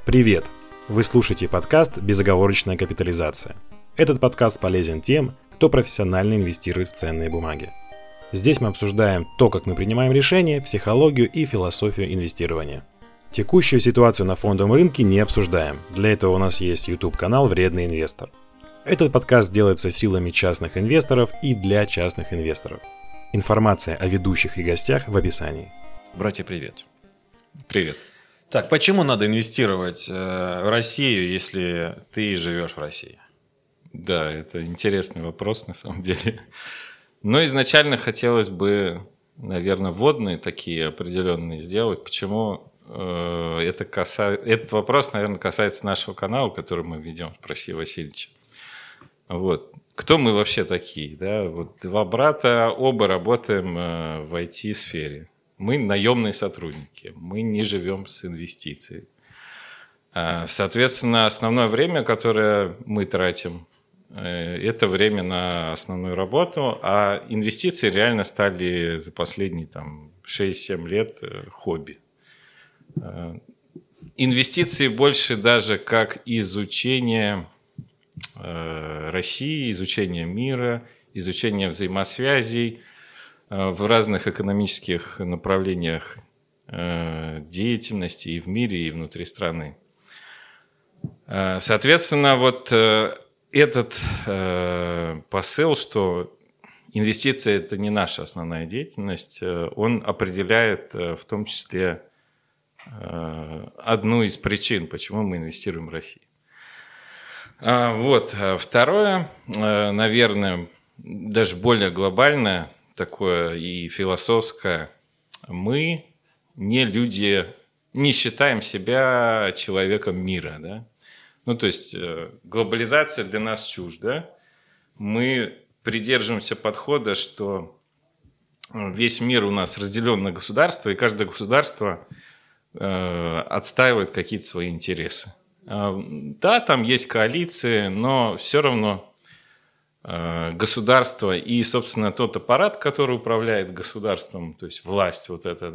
Привет! Вы слушаете подкаст «Безоговорочная капитализация». Этот подкаст полезен тем, кто профессионально инвестирует в ценные бумаги. Здесь мы обсуждаем то, как мы принимаем решения, психологию и философию инвестирования. Текущую ситуацию на фондовом рынке не обсуждаем. Для этого у нас есть YouTube-канал «Вредный инвестор». Этот подкаст делается силами частных инвесторов и для частных инвесторов. Информация о ведущих и гостях в описании. Братья, привет. Привет. Так, почему надо инвестировать в Россию, если ты живешь в России? Да, это интересный вопрос на самом деле. Но изначально хотелось бы, наверное, вводные такие определенные сделать. Почему этот вопрос, наверное, касается нашего канала, который мы ведем, «Спроси Васильевича». Вот. Кто мы вообще такие? Да? Вот два брата, оба работаем в IT-сфере. Мы наемные сотрудники, мы не живем с инвестицией. Соответственно, основное время, которое мы тратим, это время на основную работу, а инвестиции реально стали за последние 6-7 лет хобби. Инвестиции больше даже как изучение России, изучение мира, изучение взаимосвязей в разных экономических направлениях деятельности и в мире, и внутри страны. Соответственно, вот этот посыл, что инвестиции – это не наша основная деятельность, он определяет в том числе одну из причин, почему мы инвестируем в Россию. Вот. Второе, наверное, даже более глобальное, такое и философское. Мы не считаем себя человеком мира. Да? Ну, то есть глобализация для нас чужда. Мы придерживаемся подхода, что весь мир у нас разделен на государства, и каждое государство отстаивает какие-то свои интересы. Да, там есть коалиции, но все равно государство и, собственно, тот аппарат, который управляет государством, то есть власть вот эта,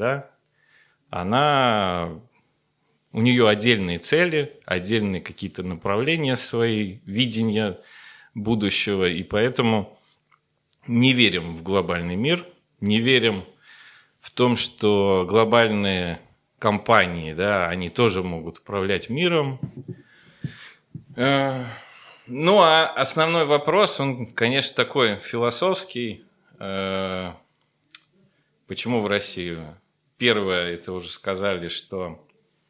да, у нее отдельные цели, отдельные какие-то направления свои, видения будущего, и поэтому не верим в глобальный мир, не верим в том, что глобальные компании, да, они тоже могут управлять миром. Ну, а основной вопрос, он, конечно, такой философский. Почему в Россию? Первое, это уже сказали, что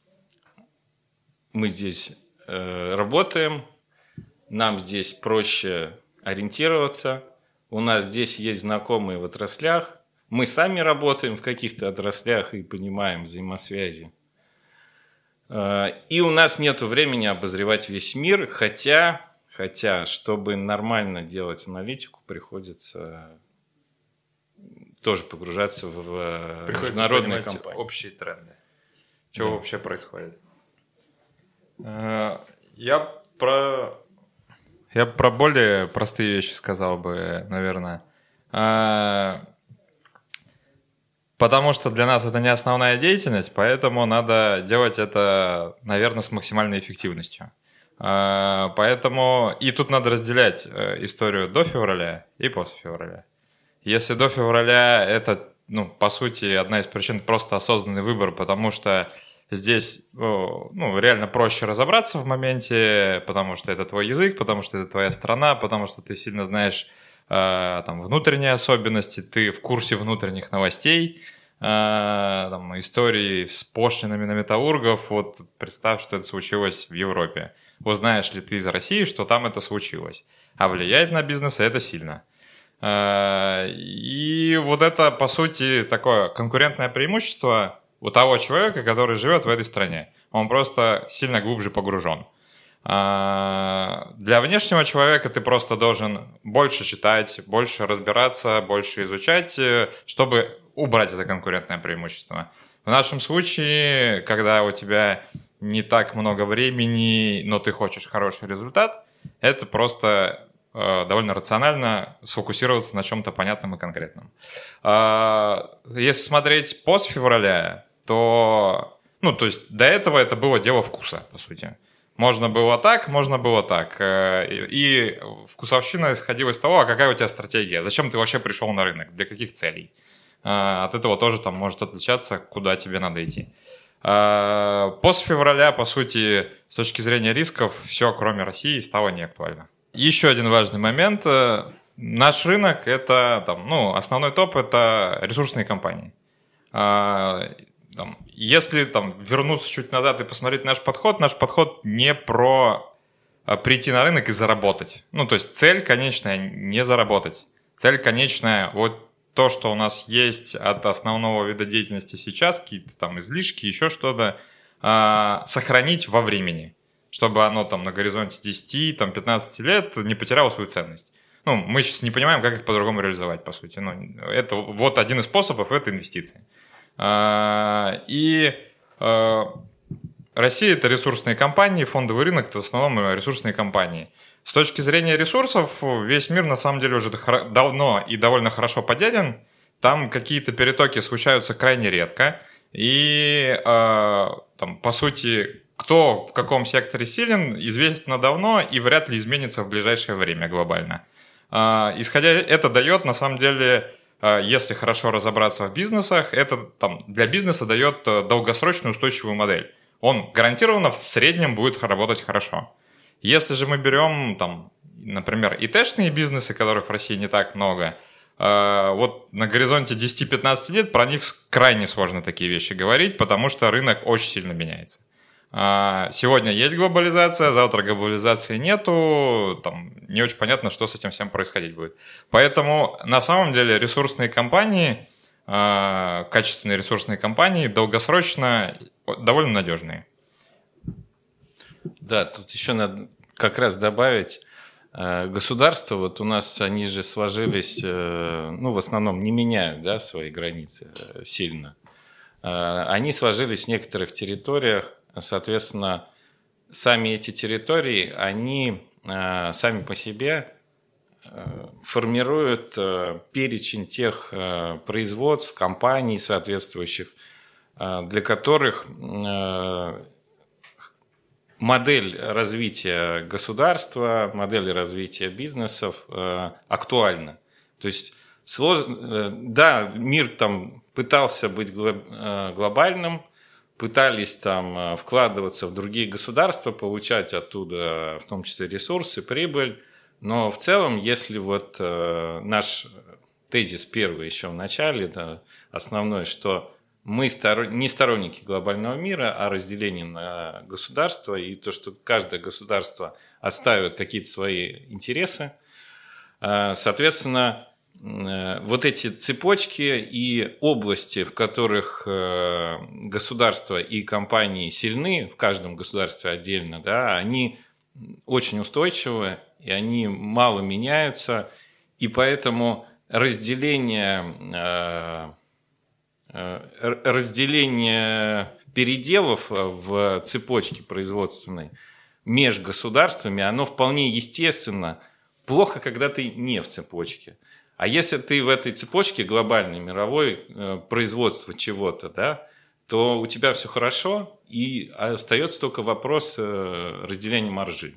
мы здесь работаем, нам здесь проще ориентироваться, у нас здесь есть знакомые в отраслях, мы сами работаем в каких-то отраслях и понимаем взаимосвязи. И у нас нет времени обозревать весь мир, хотя, чтобы нормально делать аналитику, приходится тоже погружаться в международные компании. Общие тренды. Что вообще происходит? Я про более простые вещи сказал бы, наверное. Потому что для нас это не основная деятельность, поэтому надо делать это, наверное, с максимальной эффективностью. Поэтому и тут надо разделять историю до февраля и после февраля. Если до февраля это, по сути, одна из причин просто осознанный выбор, потому что здесь реально проще разобраться в моменте, потому что это твой язык, потому что это твоя страна, потому что ты сильно знаешь внутренние особенности, ты в курсе внутренних новостей, истории с пошлинами на металлургов. Вот представь, что это случилось в Европе. Узнаешь ли ты из России, что там это случилось? А влияет на бизнес это сильно. И вот это, по сути, такое конкурентное преимущество у того человека, который живет в этой стране. Он просто сильно глубже погружен. Для внешнего человека ты просто должен больше читать, больше разбираться, больше изучать, чтобы убрать это конкурентное преимущество. В нашем случае, когда у тебя не так много времени, но ты хочешь хороший результат, это просто довольно рационально сфокусироваться на чем-то понятном и конкретном. Если смотреть после февраля, то Ну, то есть до этого это было дело вкуса, по сути. Можно было так, можно было так. И вкусовщина исходила из того, а какая у тебя стратегия, зачем ты вообще пришел на рынок, для каких целей. От этого тоже там может отличаться, куда тебе надо идти. После февраля, по сути, с точки зрения рисков, все, кроме России, стало неактуально. Еще один важный момент. Наш рынок, это основной топ – это ресурсные компании. Если вернуться чуть назад и посмотреть наш подход не про прийти на рынок и заработать. Ну, то есть цель конечная не заработать. Цель конечная вот то, что у нас есть от основного вида деятельности сейчас, какие-то там излишки, еще что-то, сохранить во времени, чтобы оно там на горизонте 10-15 лет не потеряло свою ценность. Ну, мы сейчас не понимаем, как их по-другому реализовать, по сути. Ну, это вот один из способов – это инвестиции. Россия – это ресурсные компании, фондовый рынок – это в основном ресурсные компании. С точки зрения ресурсов, весь мир на самом деле уже давно и довольно хорошо поделен. Там какие-то перетоки случаются крайне редко. И, по сути, кто в каком секторе силен, известно давно и вряд ли изменится в ближайшее время глобально. Исходя, это дает, на самом деле, если хорошо разобраться в бизнесах, это для бизнеса дает долгосрочную устойчивую модель. Он гарантированно в среднем будет работать хорошо. Если же мы берем, например, ИТ-шные бизнесы, которых в России не так много, вот на горизонте 10-15 лет про них крайне сложно такие вещи говорить, потому что рынок очень сильно меняется. Сегодня есть глобализация, завтра глобализации нету, не очень понятно, что с этим всем происходить будет. Поэтому на самом деле ресурсные компании, качественные ресурсные компании долгосрочно довольно надежные. Да, тут еще надо как раз добавить государства. Вот у нас они же сложились, в основном не меняют, да, свои границы сильно. Они сложились в некоторых территориях, соответственно, сами эти территории, они сами по себе формируют перечень тех производств, компаний соответствующих, для которых модель развития государства, модель развития бизнесов актуальна. То есть, да, мир пытался быть глобальным, пытались вкладываться в другие государства, получать оттуда, в том числе, ресурсы, прибыль. Но в целом, если наш тезис первый еще в начале, да, основной, что мы не сторонники глобального мира, а разделение на государства, и то, что каждое государство отстаивает какие-то свои интересы. Соответственно, вот эти цепочки и области, в которых государства и компании сильны, в каждом государстве отдельно, да, они очень устойчивы, и они мало меняются, и поэтому разделение переделов в цепочке производственной между государствами, оно вполне естественно. Плохо, когда ты не в цепочке. А если ты в этой цепочке глобальной, мировой, производства чего-то, да, то у тебя все хорошо, и остается только вопрос разделения маржи.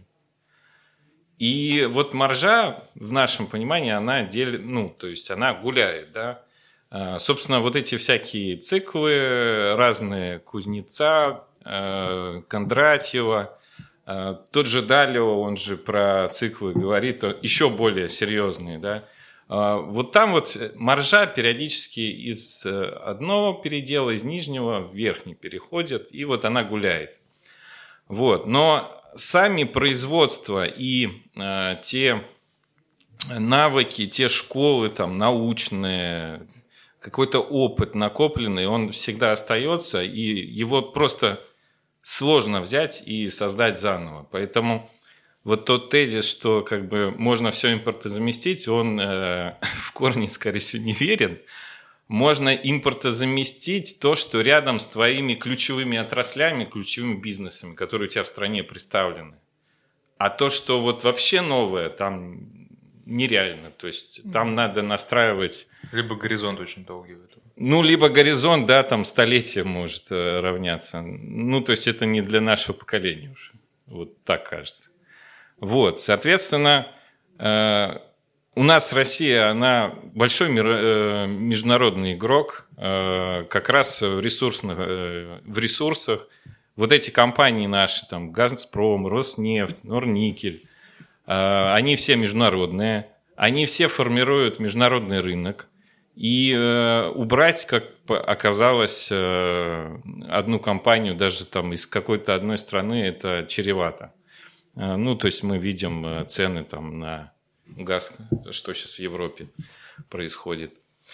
И вот маржа, в нашем понимании, она то есть она гуляет, да. Собственно, вот эти всякие циклы, разные Кузнеца, Кондратьева, тот же Далио, он же про циклы говорит, еще более серьезные, да. Вот там вот маржа периодически из одного передела, из нижнего в верхний переходит, и вот она гуляет. Вот. Но сами производства и те навыки, те школы научные, какой-то опыт накопленный, он всегда остается, и его просто сложно взять и создать заново. Поэтому вот тот тезис, что можно все импортозаместить, он в корне, скорее всего, неверен. Можно импортозаместить то, что рядом с твоими ключевыми отраслями, ключевыми бизнесами, которые у тебя в стране представлены. А то, что вот вообще новое, там нереально. То есть там надо настраивать... Либо горизонт очень долгий в этом. Ну, либо горизонт, да, там столетие может равняться. Ну, то есть это не для нашего поколения уже. Вот так кажется. Вот, соответственно, у нас Россия, она большой международный игрок, как раз в ресурсах. Вот эти компании наши, там, «Газпром», «Роснефть», «Норникель», они все международные, они все формируют международный рынок. И убрать, как оказалось, одну компанию даже там из какой-то одной страны, это чревато. Ну, то есть мы видим цены там на газ, что сейчас в Европе происходит.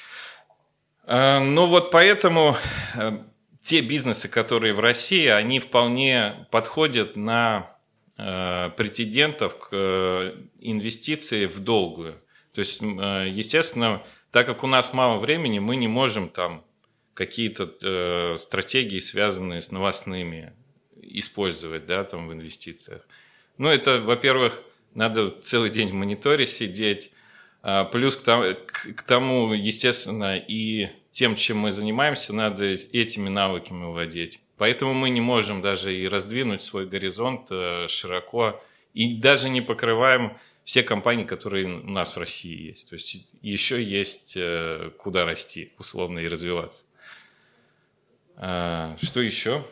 Ну вот поэтому те бизнесы, которые в России, они вполне подходят на претендентов к инвестиции в долгую. То есть, естественно, так как у нас мало времени, мы не можем там какие-то стратегии, связанные с новостными, использовать, да, там в инвестициях. Ну, это, во-первых, надо целый день в мониторе сидеть, плюс к тому, естественно, и тем, чем мы занимаемся, надо этими навыками владеть. Поэтому мы не можем даже и раздвинуть свой горизонт широко, и даже не покрываем все компании, которые у нас в России есть. То есть еще есть куда расти, условно, и развиваться. Что еще?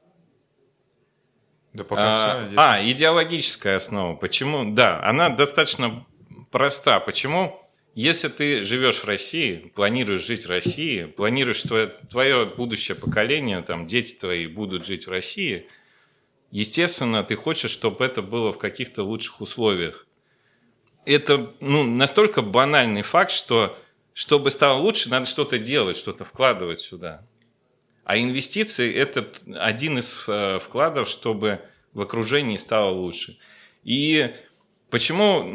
Да пока все. Идеологическая основа. Почему? Да, она достаточно проста. Почему? Если ты живешь в России, планируешь жить в России, планируешь, что твое будущее поколение, там, дети твои будут жить в России, естественно, ты хочешь, чтобы это было в каких-то лучших условиях. Это настолько банальный факт, что чтобы стало лучше, надо что-то делать, что-то вкладывать сюда. А инвестиции – это один из вкладов, чтобы в окружении стало лучше. И почему,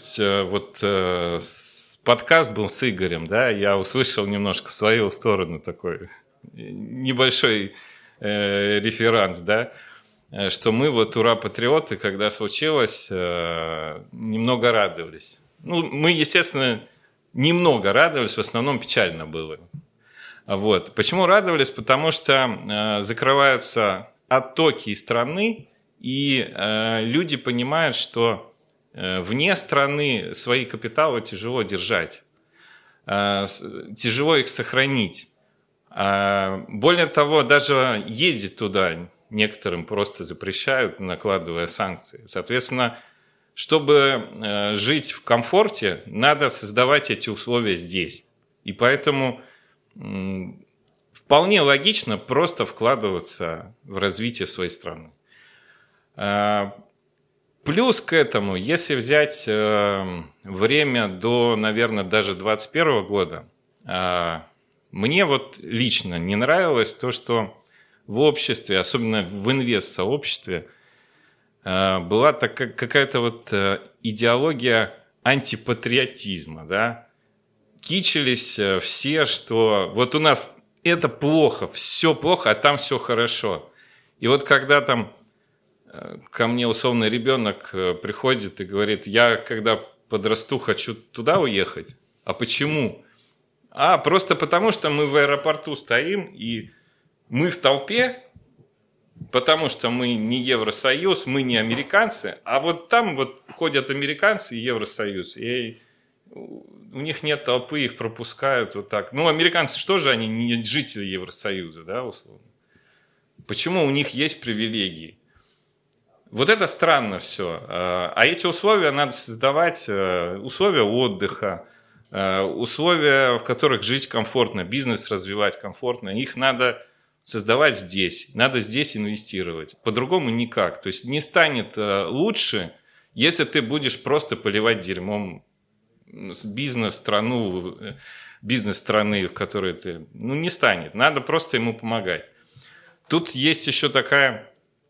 подкаст был с Игорем, да, я услышал немножко в свою сторону такой небольшой реферанс, да, что мы вот ура-патриоты, когда случилось, немного радовались. Ну, мы, естественно, немного радовались, в основном печально было. Вот. Почему радовались? Потому что закрываются оттоки из страны, и люди понимают, что вне страны свои капиталы тяжело держать, тяжело их сохранить. Более того, даже ездить туда некоторым просто запрещают, накладывая санкции. Соответственно, чтобы жить в комфорте, надо создавать эти условия здесь. И поэтому вполне логично просто вкладываться в развитие своей страны. Плюс к этому, если взять время до, наверное, даже 2021 года, мне вот лично не нравилось то, что в обществе, особенно в инвест-сообществе, была какая-то вот идеология антипатриотизма, да? Кичились все, что вот у нас это плохо, все плохо, а там все хорошо. И вот когда там ко мне условно ребенок приходит и говорит, я когда подрасту, хочу туда уехать. А почему? Просто потому, что мы в аэропорту стоим, и мы в толпе, потому что мы не Евросоюз, мы не американцы, а вот там вот ходят американцы и Евросоюз, и у них нет толпы, их пропускают вот так. Ну, американцы, что же они не жители Евросоюза, да, условно? Почему у них есть привилегии? Вот это странно все. А эти условия надо создавать, условия отдыха, условия, в которых жить комфортно, бизнес развивать комфортно. Их надо создавать здесь, надо здесь инвестировать. По-другому никак. То есть не станет лучше, если ты будешь просто поливать дерьмом бизнес страны, в которой ты... не станет. Надо просто ему помогать. Тут есть еще такая...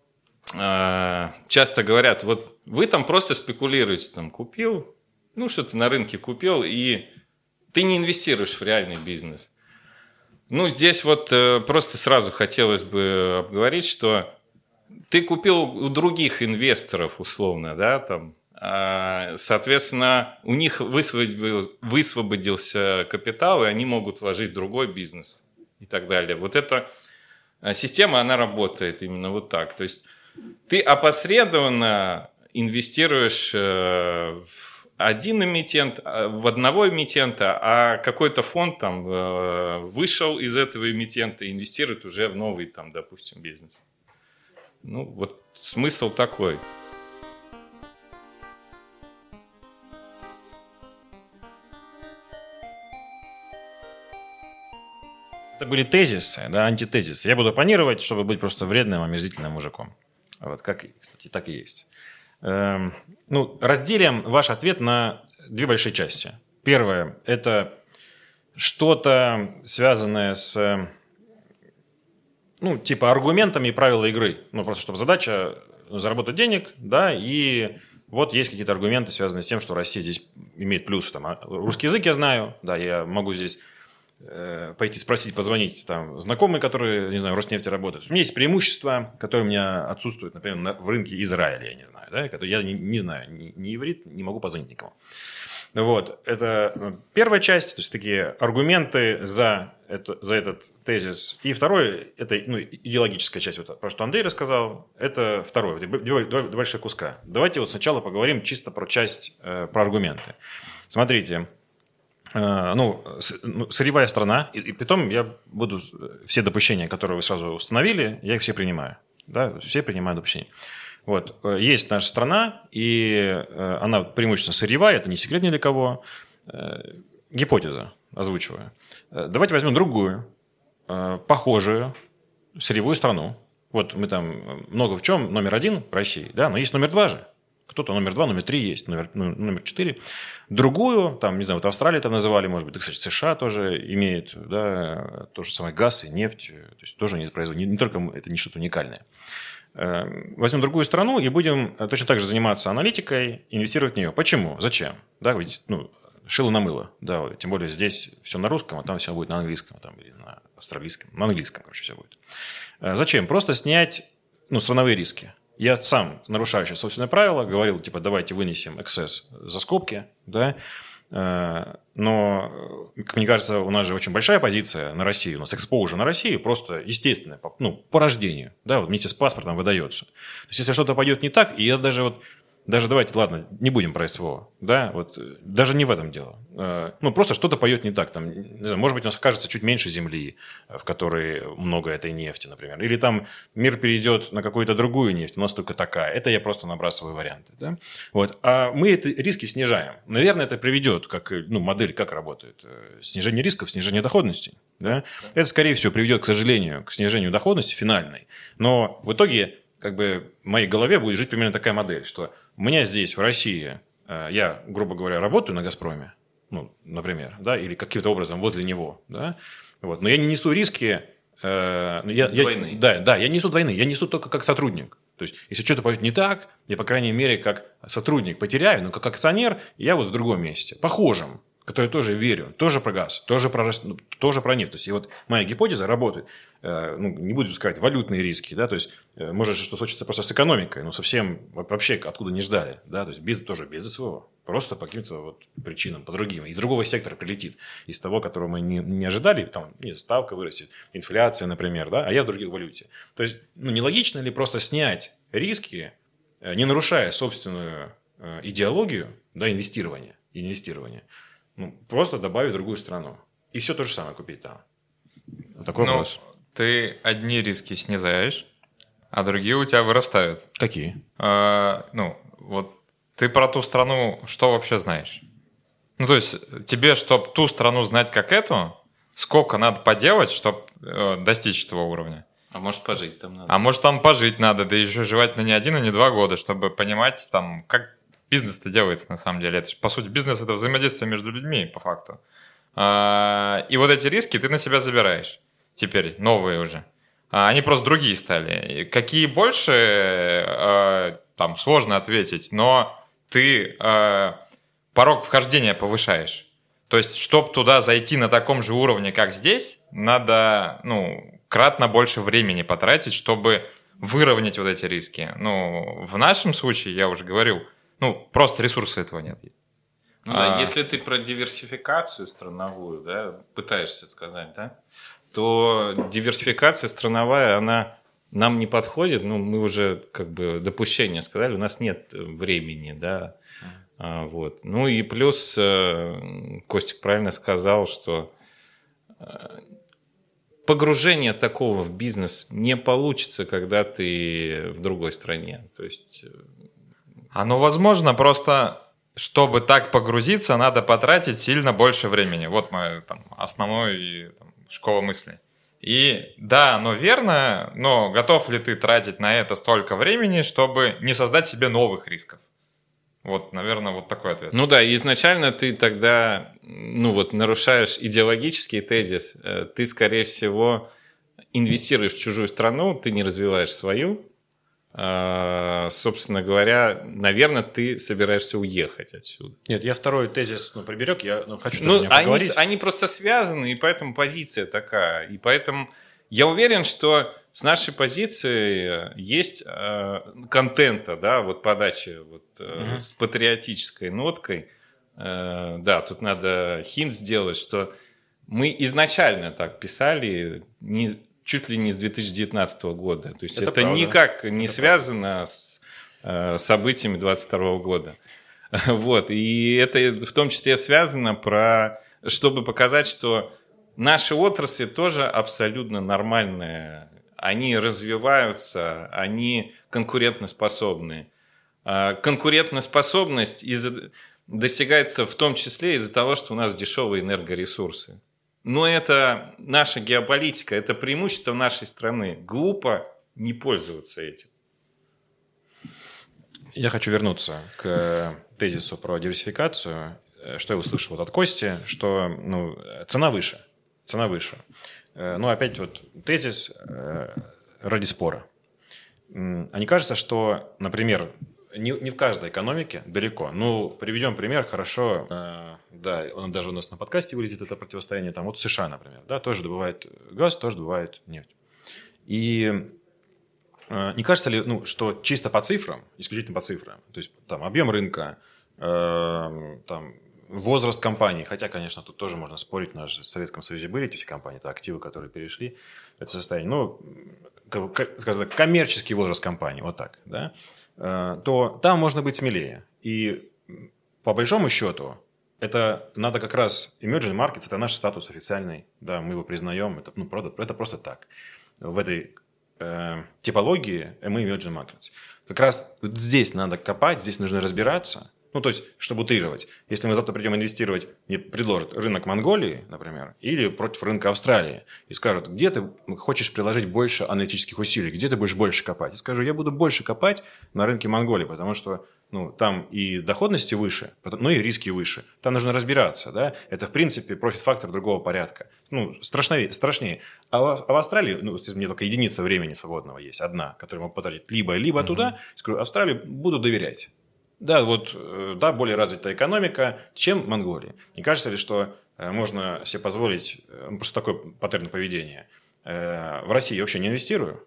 Часто говорят, вот вы там просто спекулируете, там купил, что-то на рынке купил, и ты не инвестируешь в реальный бизнес. Здесь вот просто сразу хотелось бы обговорить, что ты купил у других инвесторов, условно, да, там, Соответственно, у них высвободился капитал, и они могут вложить в другой бизнес и так далее. Вот эта система, она работает именно вот так. То есть ты опосредованно инвестируешь в один эмитент, в одного эмитента, а какой-то фонд там вышел из этого эмитента и инвестирует уже в новый, там, допустим, бизнес. Ну, вот смысл такой. Это были тезисы, да, антитезисы. Я буду оппонировать, чтобы быть просто вредным, омерзительным мужиком. Вот, как, кстати, так и есть. Разделим ваш ответ на две большие части. Первое – это что-то связанное с, типа аргументами и правила игры. Просто чтобы задача заработать денег, да, и вот есть какие-то аргументы, связанные с тем, что Россия здесь имеет плюс. Там, русский язык я знаю, да, я могу здесь пойти спросить, позвонить там знакомые, которые, не знаю, в Роснефти работают. У меня есть преимущества, которые у меня отсутствуют, например, в рынке Израиля, я не знаю, да, я не знаю ни иврит, не могу позвонить никому. Вот, это первая часть, то есть такие аргументы за этот тезис. И второе, это идеологическая часть, вот, про что Андрей рассказал, это второе, два больших куска. Давайте вот сначала поговорим чисто про часть, про аргументы. Смотрите. Сырьевая страна, и притом я буду все допущения, которые вы сразу установили, я их все принимаю. Да, все принимаю допущения. Вот. Есть наша страна, и она преимущественно сырьевая, это не секрет ни для кого. Гипотеза озвучиваю. Давайте возьмем другую, похожую сырьевую страну. Вот мы там много в чем, номер 1 в России, да, но есть номер 2 же. Кто-то номер 2, номер 3 есть, номер 4. Другую, там, не знаю, вот Австралия там называли, может быть, кстати, США тоже имеет, да, то же самое газ и нефть, то есть тоже они производят, не только это не что-то уникальное. Возьмем другую страну и будем точно так же заниматься аналитикой, инвестировать в нее. Почему? Зачем? Да, ведь, шило на мыло, да, тем более здесь все на русском, а там все будет на английском, там, или на австралийском, на английском, короче, все будет. Зачем? Просто снять, страновые риски. Я сам, нарушающий собственное правило, говорил, типа, давайте вынесем эксцесс за скобки, да, но, как мне кажется, у нас же очень большая позиция на Россию, у нас экспоужер на Россию просто естественное, по рождению, да, вот вместе с паспортом выдается. То есть, если что-то пойдет не так, и я даже давайте, ладно, не будем про СВО, да, вот даже не в этом дело. Просто что-то пойдет не так, там, не знаю, может быть, у нас окажется чуть меньше земли, в которой много этой нефти, например, или там мир перейдет на какую-то другую нефть, у нас только такая. Это я просто набрасываю варианты, да. Вот, а мы эти риски снижаем. Наверное, это приведет, как, модель как работает, снижение рисков, снижение доходности, да. Это, скорее всего, приведет, к сожалению, к снижению доходности финальной, но в итоге в моей голове будет жить примерно такая модель, что у меня здесь, в России, я, грубо говоря, работаю на «Газпроме», например, да, или каким-то образом возле него, да, вот, но я не несу риски. Двойные. Да, я несу двойные, я несу только как сотрудник. То есть, если что-то пойдет не так, я, по крайней мере, как сотрудник потеряю, но как акционер я вот в другом месте, похожем, который я тоже верю, тоже про газ, тоже про нефть. То есть, и вот моя гипотеза работает. Не будем сказать валютные риски, да, то есть, может что случится просто с экономикой, совсем вообще откуда не ждали, да, то есть, тоже без СВО, просто по каким-то причинам, по другим, из другого сектора прилетит, из того, которого мы не ожидали, там, ставка вырастет, инфляция, например, да, а я в других валюте. То есть, нелогично ли просто снять риски, не нарушая собственную идеологию, да, инвестирования, просто добавить другую страну. И все то же самое купить там. Вот такой вопрос. Ты одни риски снижаешь, а другие у тебя вырастают. Какие? Ты про ту страну что вообще знаешь? То есть тебе, чтобы ту страну знать как эту, сколько надо поделать, чтобы достичь этого уровня? А может, пожить там надо. А может, там пожить надо, да еще желательно не 1, а не 2 года, чтобы понимать, там, как бизнес-то делается на самом деле. Это, по сути, бизнес – это взаимодействие между людьми, по факту. И вот эти риски ты на себя забираешь. Теперь новые уже. Они просто другие стали. Какие больше, там, сложно ответить, но ты порог вхождения повышаешь. То есть, чтобы туда зайти на таком же уровне, как здесь, надо, кратно больше времени потратить, чтобы выровнять вот эти риски. В нашем случае, я уже говорил, Ну, просто ресурса этого нет. Ну да, если ты про диверсификацию страновую, да, пытаешься сказать, да, то диверсификация страновая, она нам не подходит. Ну, мы уже как бы допущение сказали, у нас нет времени, да. Вот. Ну и плюс Костик правильно сказал, что погружение такого в бизнес не получится, когда ты в другой стране. То есть... Оно возможно, просто чтобы так погрузиться, надо потратить сильно больше времени. Вот мой основной школа мысли. И да, оно верно, но готов ли ты тратить на это столько времени, чтобы не создать себе новых рисков? Вот, наверное, вот такой ответ. Ну да, изначально ты тогда, ну вот, нарушаешь идеологический тезис. Ты, скорее всего, инвестируешь в чужую страну, ты не развиваешь свою. Собственно говоря, наверное, ты собираешься уехать отсюда. Нет, я второй тезис приберег, я хочу тоже поговорить. Они просто связаны, и поэтому позиция такая. И поэтому я уверен, что с нашей позиции есть контента, да, вот подачи вот, с патриотической ноткой. Да, тут надо хинт сделать, что мы изначально так писали, чуть ли не с 2019 года. То есть это никак не связано с событиями 2022 года. Вот. И это в том числе связано чтобы показать, что наши отрасли тоже абсолютно нормальные. Они развиваются, они конкурентоспособны. Конкурентоспособность достигается в том числе из-за того, что у нас дешевые энергоресурсы. Но это наша геополитика, это преимущество нашей страны. Глупо не пользоваться этим. Я хочу вернуться к тезису про диверсификацию. Что я услышал от Кости, что цена выше. Цена выше. Ну, опять вот тезис ради спора. А не кажется, что, например, не в каждой экономике далеко. Ну, приведем пример, хорошо. Да, он даже у нас на подкасте вылезет, это противостояние. Там вот США, например, да, тоже добывает газ, тоже добывает нефть. И не кажется ли, что чисто по цифрам, исключительно по цифрам, то есть там объем рынка, там возраст компаний, хотя, конечно, тут тоже можно спорить, у нас же в Советском Союзе были эти все компании, это активы, которые перешли в это состояние, скажем так, коммерческий возраст компании, вот так, да, то там можно быть смелее. И по большому счету, это надо как раз emerging markets, это наш статус официальный, да, мы его признаем, это, правда, это просто так. В этой типологии мы emerging markets. Как раз здесь надо копать, здесь нужно разбираться. Ну, то есть, чтобы утрировать, если мы завтра придем инвестировать, мне предложат рынок Монголии, например, или против рынка Австралии, и скажут, где ты хочешь приложить больше аналитических усилий, где ты будешь больше копать? Я скажу, я буду больше копать на рынке Монголии, потому что там и доходности выше, но и риски выше. Там нужно разбираться, да? Это, в принципе, профит-фактор другого порядка. Страшнее. А в Австралии, мне только единица времени свободного есть, одна, которую могу потратить либо туда, скажу, Австралии буду доверять. Да, более развитая экономика, чем Монголия. Не кажется ли, что можно себе позволить просто такое паттерн поведения? В России я вообще не инвестирую.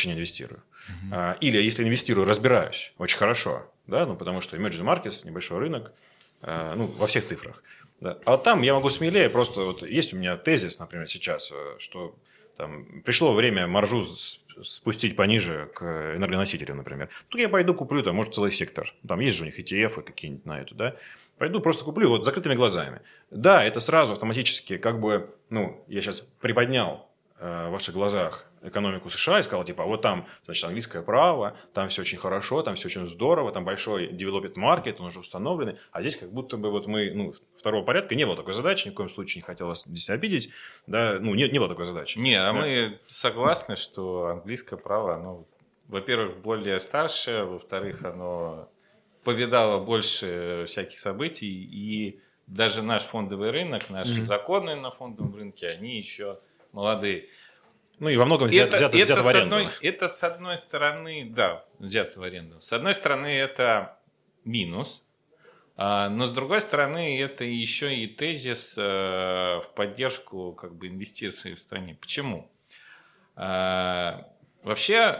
Или, если инвестирую, разбираюсь очень хорошо. Да? Потому что emerging markets, небольшой рынок, во всех цифрах. Да. А там я могу смелее, просто есть у меня тезис, например, сейчас, что там пришло время маржу спустить пониже к энергоносителям, например. Тут я пойду куплю, там, может, целый сектор. Там есть же у них ETF какие-нибудь на это, да. Пойду просто куплю закрытыми глазами. Да, это сразу автоматически я сейчас приподнял в ваших глазах экономику США и сказал, вот там, значит, английское право, там все очень хорошо, там все очень здорово, там большой developed market, он уже установленный, а здесь как будто бы мы, второго порядка, не было такой задачи, ни в коем случае не хотел вас здесь обидеть, да, не было такой задачи. Мы согласны, что английское право, оно, во-первых, более старшее, во-вторых, оно повидало больше всяких событий, и даже наш фондовый рынок, наши законы на фондовом рынке, они еще молодые. И во многом взято в аренду. Это, с одной стороны, да, взято в аренду. С одной стороны, это минус, но с другой стороны, это еще и тезис в поддержку инвестиций в стране. Почему? Вообще,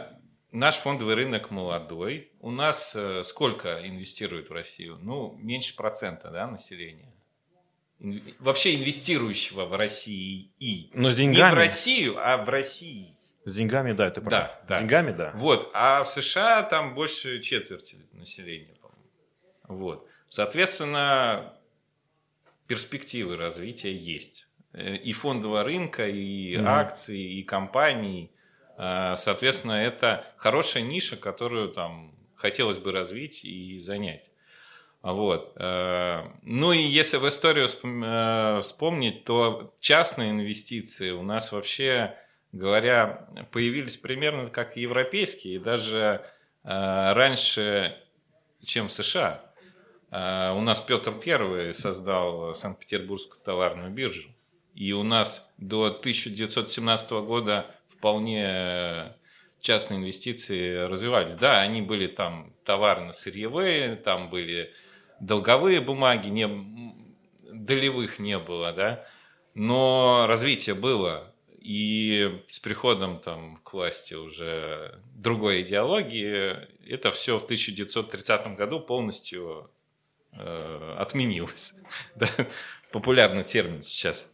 наш фондовый рынок молодой. У нас сколько инвестирует в Россию? Ну, меньше процента, да, населения. Вообще инвестирующего в России. Но с деньгами. Не в Россию, а в России. С деньгами, да, ты прав. Да. С деньгами, да. Вот. А в США там больше четверти населения, по-моему. Вот. Соответственно, перспективы развития есть. И фондового рынка, и акций, и компаний. Соответственно, это хорошая ниша, которую там хотелось бы развить и занять. Вот. Ну и если в историю вспомнить, то частные инвестиции у нас вообще, говоря, появились примерно как европейские, и даже раньше, чем в США. У нас Петр I создал Санкт-Петербургскую товарную биржу. И у нас до 1917 года вполне частные инвестиции развивались. Да, они были там товарно-сырьевые, там были долговые бумаги, долевых не было, да, но развитие было. И с приходом там к власти уже другой идеологии, это все в 1930 году полностью отменилось. Да? Популярный термин сейчас.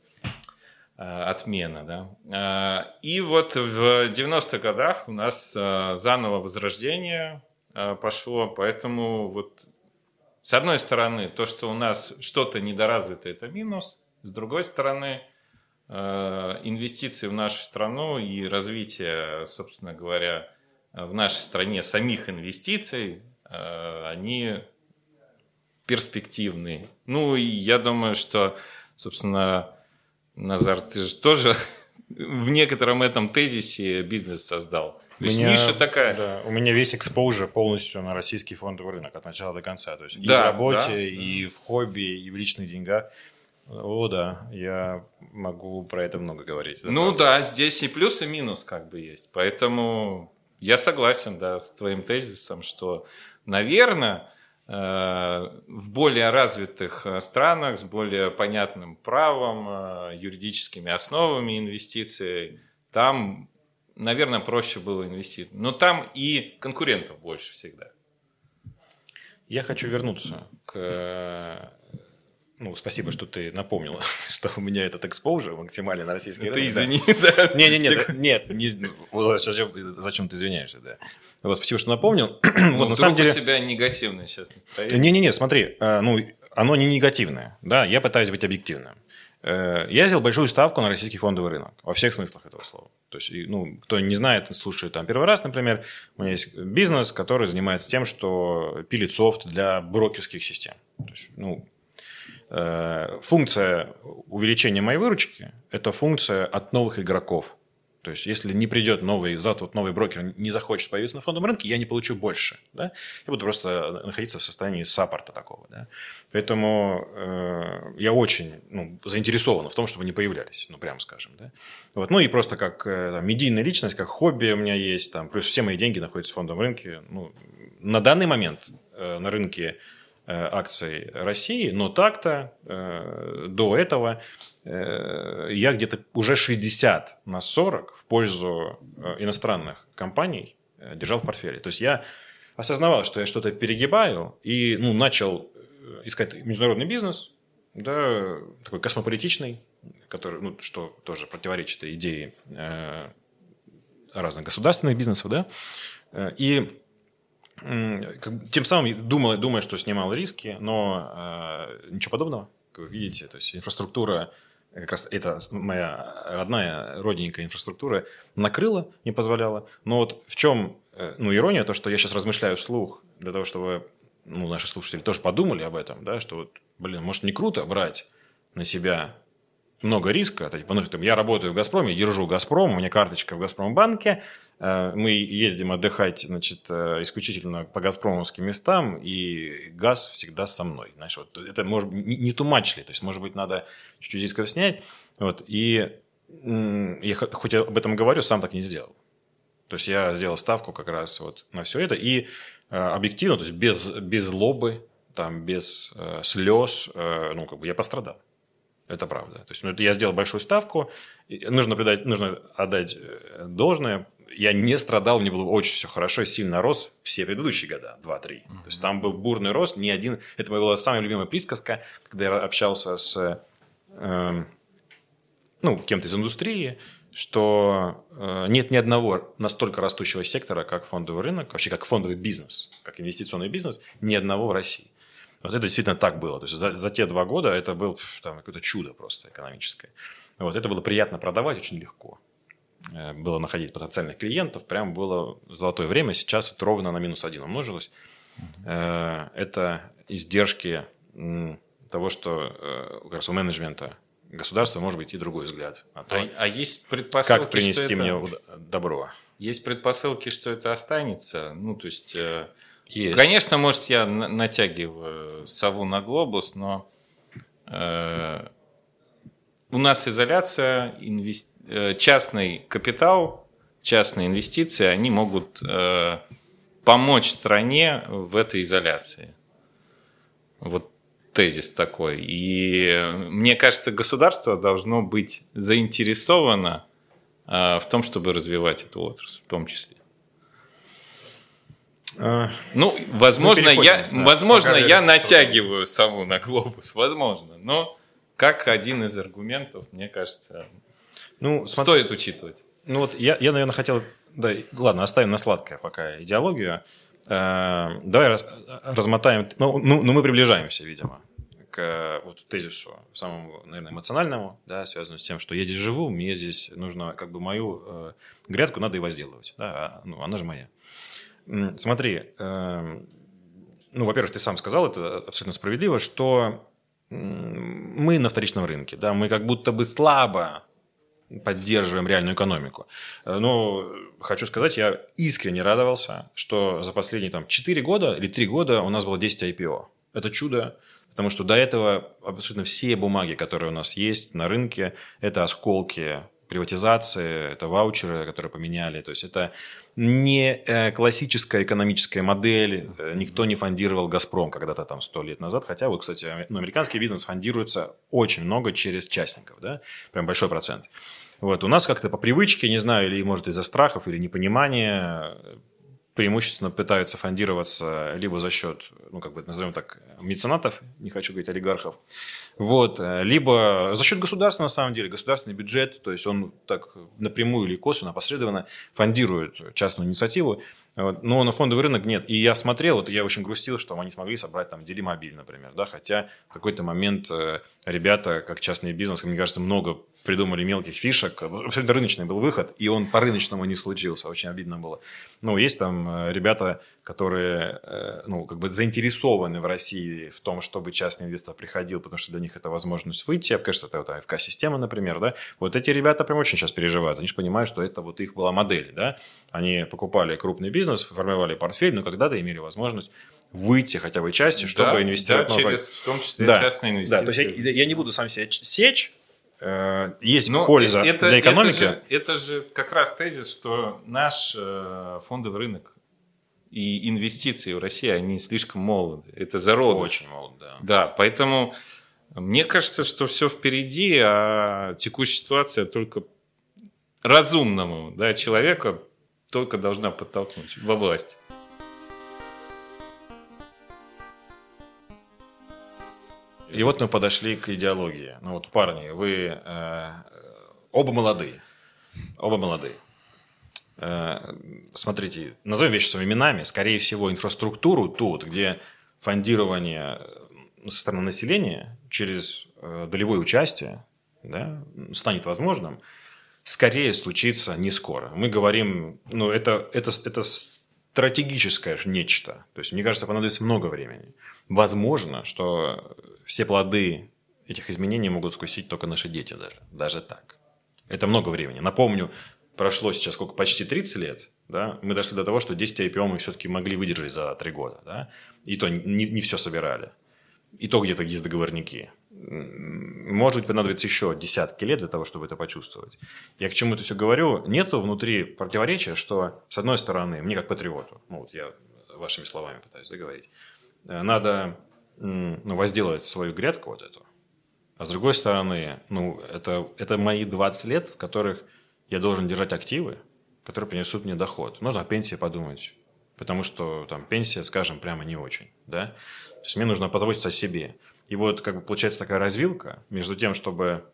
Отмена, да. И вот в 90-х годах у нас заново возрождение пошло, поэтому вот с одной стороны то, что у нас что-то недоразвито, это минус, с другой стороны инвестиции в нашу страну и развитие, собственно говоря, в нашей стране самих инвестиций, они перспективные. Ну и я думаю, что, собственно, Назар, ты же тоже в некотором этом тезисе бизнес создал. То есть ниша такая. Да, у меня весь экспозиция полностью на российский фондовый рынок от начала до конца. То есть и да, в работе, да. и в хобби, и в личных деньгах. О, да, я могу про это много говорить. Ну да, здесь и плюс, и минус как бы есть. Поэтому я согласен, да, с твоим тезисом, что, наверное, в более развитых странах с более понятным правом, юридическими основами инвестиций, там, наверное, проще было инвестировать. Но там и конкурентов больше всегда. Я хочу вернуться к... Ну, спасибо, что ты напомнил, что у меня этот exposure максимально на российский рынок. Ты извини, да? Нет, зачем ты извиняешься, да. Вот, спасибо, что напомнил. Вот на самом деле у тебя негативное сейчас настроение. Не, смотри, ну, оно не негативное, да, я пытаюсь быть объективным. Я сделал большую ставку на российский фондовый рынок, во всех смыслах этого слова. То есть, ну, кто не знает, слушает там первый раз, например, у меня есть бизнес, который занимается тем, что пилит софт для брокерских систем. То есть, ну, функция увеличения моей выручки – это функция от новых игроков. То есть, если не придет завтра новый брокер не захочет появиться на фондовом рынке, я не получу больше. Да? Я буду просто находиться в состоянии саппорта такого. Да? Поэтому я очень заинтересован в том, чтобы они появлялись, прямо скажем. Да? Вот. Ну и просто как медийная личность, как хобби у меня есть, там, плюс все мои деньги находятся в фондовом рынке. Ну, на данный момент на рынке акций России, но так-то до этого я где-то уже 60/40 в пользу иностранных компаний держал в портфеле. То есть я осознавал, что я что-то перегибаю и начал искать международный бизнес, да, такой космополитичный, который, что тоже противоречит идее разных государственных бизнесов, да, и тем самым думая, что снимал риски, но ничего подобного, как вы видите. То есть инфраструктура, как раз это моя родная, родненькая инфраструктура, накрыла, не позволяла. Но вот в чем ирония, то, что я сейчас размышляю вслух, для того, чтобы наши слушатели тоже подумали об этом, да, что вот, может, не круто брать на себя много риска. Я работаю в «Газпроме», держу «Газпром», у меня карточка в «Газпромбанке», мы ездим отдыхать, исключительно по газпромовским местам, и газ всегда со мной. Знаешь, вот это может не too much ли, то есть, может быть, надо чуть-чуть риска снять. Вот, и я хоть об этом говорю, сам так не сделал. То есть я сделал ставку как раз вот на все это, и объективно, то есть без злобы, там, без слез, я пострадал. Это правда. То есть я сделал большую ставку, нужно отдать должное. я не страдал, мне было очень все хорошо, я сильно рос все предыдущие года, 2-3. То есть там был бурный рост, ни один... Это была самая любимая присказка, когда я общался с кем-то из индустрии, что нет ни одного настолько растущего сектора, как фондовый рынок, вообще как фондовый бизнес, как инвестиционный бизнес, ни одного в России. Вот это действительно так было. То есть за те 2 года это было какое-то чудо просто экономическое. Вот, это было приятно продавать, очень легко. Было находить потенциальных клиентов, прям было золотое время. Сейчас вот ровно на -1 умножилось. Это издержки того, что как раз у менеджмента государства может быть и другой взгляд на то, есть предпосылки, как принести мне добро. Есть предпосылки, что это останется. То есть, есть. Конечно, может, я натягиваю сову на глобус, но у нас изоляция, частный капитал, частные инвестиции, они могут помочь стране в этой изоляции. Вот тезис такой. И мне кажется, государство должно быть заинтересовано в том, чтобы развивать эту отрасль, в том числе. Возможно, я натягиваю сову на глобус, возможно, но как один из аргументов, мне кажется, стоит учитывать. Я, наверное, хотел... Да, ладно, оставим на сладкое пока идеологию. Давай размотаем... мы приближаемся, видимо, к тезису самому, наверное, эмоциональному, да, связанному с тем, что я здесь живу, мне здесь нужно, мою грядку надо и возделывать. Да, она же моя. Смотри, во-первых, ты сам сказал, это абсолютно справедливо, что мы на вторичном рынке, да, мы как будто бы слабо поддерживаем реальную экономику. Но хочу сказать, я искренне радовался, что за последние 4 года или 3 года у нас было 10 IPO. Это чудо, потому что до этого абсолютно все бумаги, которые у нас есть на рынке, это осколки приватизации, это ваучеры, которые поменяли. То есть это не классическая экономическая модель. Никто не фондировал «Газпром» когда-то 100 лет назад. Хотя, кстати, американский бизнес фондируется очень много через частников. Да? Прям большой процент. У нас как-то по привычке, не знаю, или может из-за страхов, или непонимания, преимущественно пытаются фондироваться либо за счет, назовем так, меценатов, не хочу говорить олигархов, либо за счет государства, на самом деле, государственный бюджет, то есть он так напрямую или косвенно, опосредованно фондирует частную инициативу, но на фондовый рынок нет. И я смотрел, я очень грустил, что они смогли собрать Делимобиль, например, да, хотя в какой-то момент ребята, как частный бизнес, мне кажется, много придумали мелких фишек, абсолютно рыночный был выход, и он по рыночному не случился, очень обидно было. Есть там ребята, которые заинтересованы в России в том, чтобы частный инвестор приходил, потому что для них это возможность выйти. Я кажется, это АФК-система, например, да. Эти ребята прям очень сейчас переживают. Они же понимают, что это их была модель, да. Они покупали крупный бизнес, формировали портфель, но когда-то имели возможность выйти хотя бы частью, чтобы инвестировать. В том числе частные инвестиции. Да, то есть я не буду сам себя сечь. Есть польза для экономики. Это же как раз тезис, что наш фондовый рынок и инвестиции в России, они слишком молоды. Это зародыш. Очень молод, да. Да, поэтому мне кажется, что все впереди, а текущая ситуация только разумному человека только должна подтолкнуть во власть. И мы подошли к идеологии. Парни, вы оба молодые. Смотрите, назовем вещи своими именами. Скорее всего, инфраструктуру где фондирование со стороны населения через долевое участие, да, станет возможным, скорее случится не скоро. Мы говорим, это стратегическое нечто. То есть, мне кажется, понадобится много времени. Возможно, что все плоды этих изменений могут вкусить только наши дети даже так. Это много времени. Напомню, прошло сейчас почти 30 лет, да, мы дошли до того, что 10 IPO мы все-таки могли выдержать за 3 года. Да, и то не все собирали. И то где-то есть договорники. Может быть, понадобится еще десятки лет для того, чтобы это почувствовать. Я к чему это все говорю? Нету внутри противоречия, что, с одной стороны, мне как патриоту, я вашими словами пытаюсь договорить, надо возделывать свою грядку эту. А с другой стороны, это мои 20 лет, в которых я должен держать активы, которые принесут мне доход. Можно о пенсии подумать, потому что там пенсия, скажем, прямо не очень, да. То есть мне нужно позаботиться о себе. И вот как бы получается такая развилка между тем, чтобы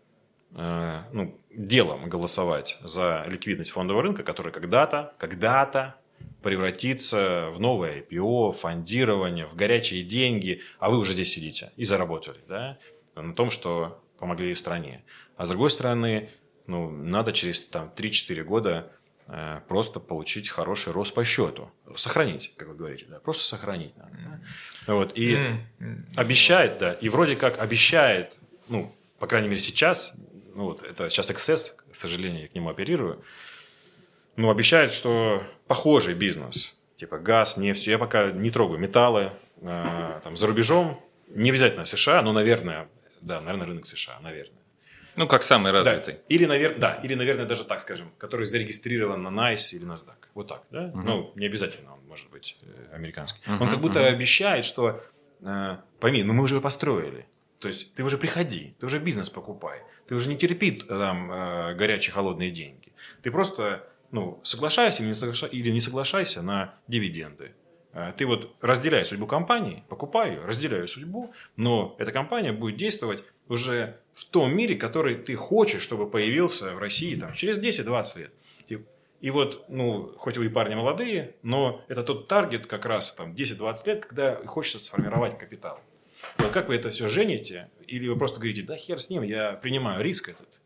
делом голосовать за ликвидность фондового рынка, который когда-то превратится в новое IPO, фондирование, в горячие деньги, а вы уже здесь сидите и заработали, да, на том, что помогли стране. А с другой стороны, надо через 3-4 года просто получить хороший рост по счету. Сохранить, как вы говорите, да, просто сохранить надо. Да? Вот, и обещает, да, и вроде как обещает, по крайней мере сейчас, это сейчас эксцесс, к сожалению, я к нему оперирую, обещает, что похожий бизнес, типа газ, нефть, я пока не трогаю металлы, за рубежом, не обязательно США, но, наверное, рынок США, наверное. Как самый развитый. Да. Или, наверное, даже так скажем, который зарегистрирован на NYSE или NASDAQ. Вот так, да? Не обязательно он может быть американский. Он как будто обещает, что, пойми, мы уже построили. То есть ты уже приходи, ты уже бизнес покупай, ты уже не терпи там горячие холодные деньги. Ты просто соглашайся или не соглашайся на дивиденды. Ты вот разделяй судьбу компании, покупай ее, разделяй судьбу, но эта компания будет действовать уже в том мире, который ты хочешь, чтобы появился в России через 10-20 лет. И вот, хоть вы и парни молодые, но это тот таргет как раз 10-20 лет, когда хочется сформировать капитал. Вот как вы это все жените? Или вы просто говорите, да хер с ним, я принимаю риск этот.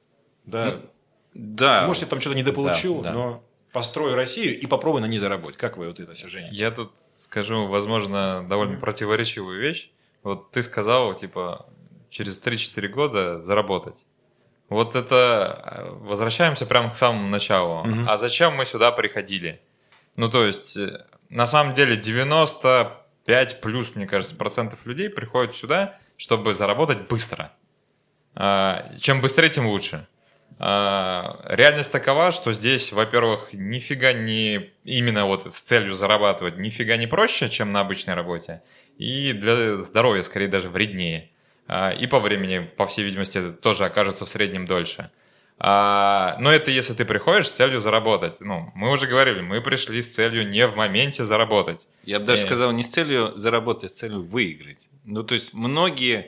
Да. Может, я там что-то недополучил, но построю Россию и попробую на ней заработать. Как вы вот это все жените? Я тут скажу, возможно, довольно противоречивую вещь. Вот ты сказал, через 3-4 года заработать. Вот это возвращаемся прямо к самому началу. А зачем мы сюда приходили? То есть, на самом деле 95 плюс, мне кажется, процентов людей приходят сюда, чтобы заработать быстро. Чем быстрее, тем лучше. Реальность такова, что здесь, во-первых, нифига не именно вот с целью зарабатывать, нифига не проще, чем на обычной работе. И для здоровья, скорее, даже вреднее. И по времени, по всей видимости, это тоже окажется в среднем дольше. Но это если ты приходишь с целью заработать. Мы уже говорили, мы пришли с целью не в моменте заработать. Я бы даже сказал, не с целью заработать, а с целью выиграть. То есть многие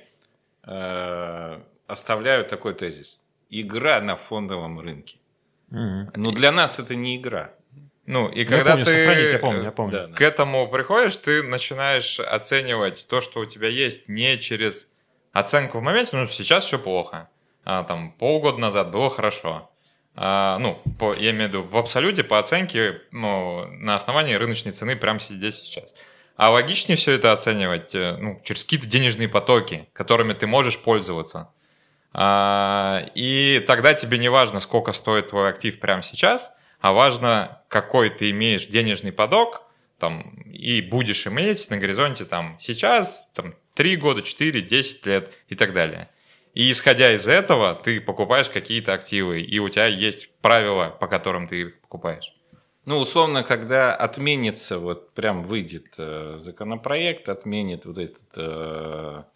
оставляют такой тезис. Игра на фондовом рынке. Но для нас это не игра. И когда я помню. К этому приходишь, ты начинаешь оценивать то, что у тебя есть, не через оценку в моменте, сейчас все плохо. Полгода назад было хорошо. Я имею в виду в абсолюте по оценке на основании рыночной цены прямо здесь сейчас. А логичнее все это оценивать через какие-то денежные потоки, которыми ты можешь пользоваться. И тогда тебе не важно, сколько стоит твой актив прямо сейчас, а важно, какой ты имеешь денежный поток и будешь иметь на горизонте сейчас 3 года, 4, 10 лет и так далее. И исходя из этого, ты покупаешь какие-то активы, и у тебя есть правила, по которым ты их покупаешь. Условно, когда отменится, прям выйдет законопроект, отменит этот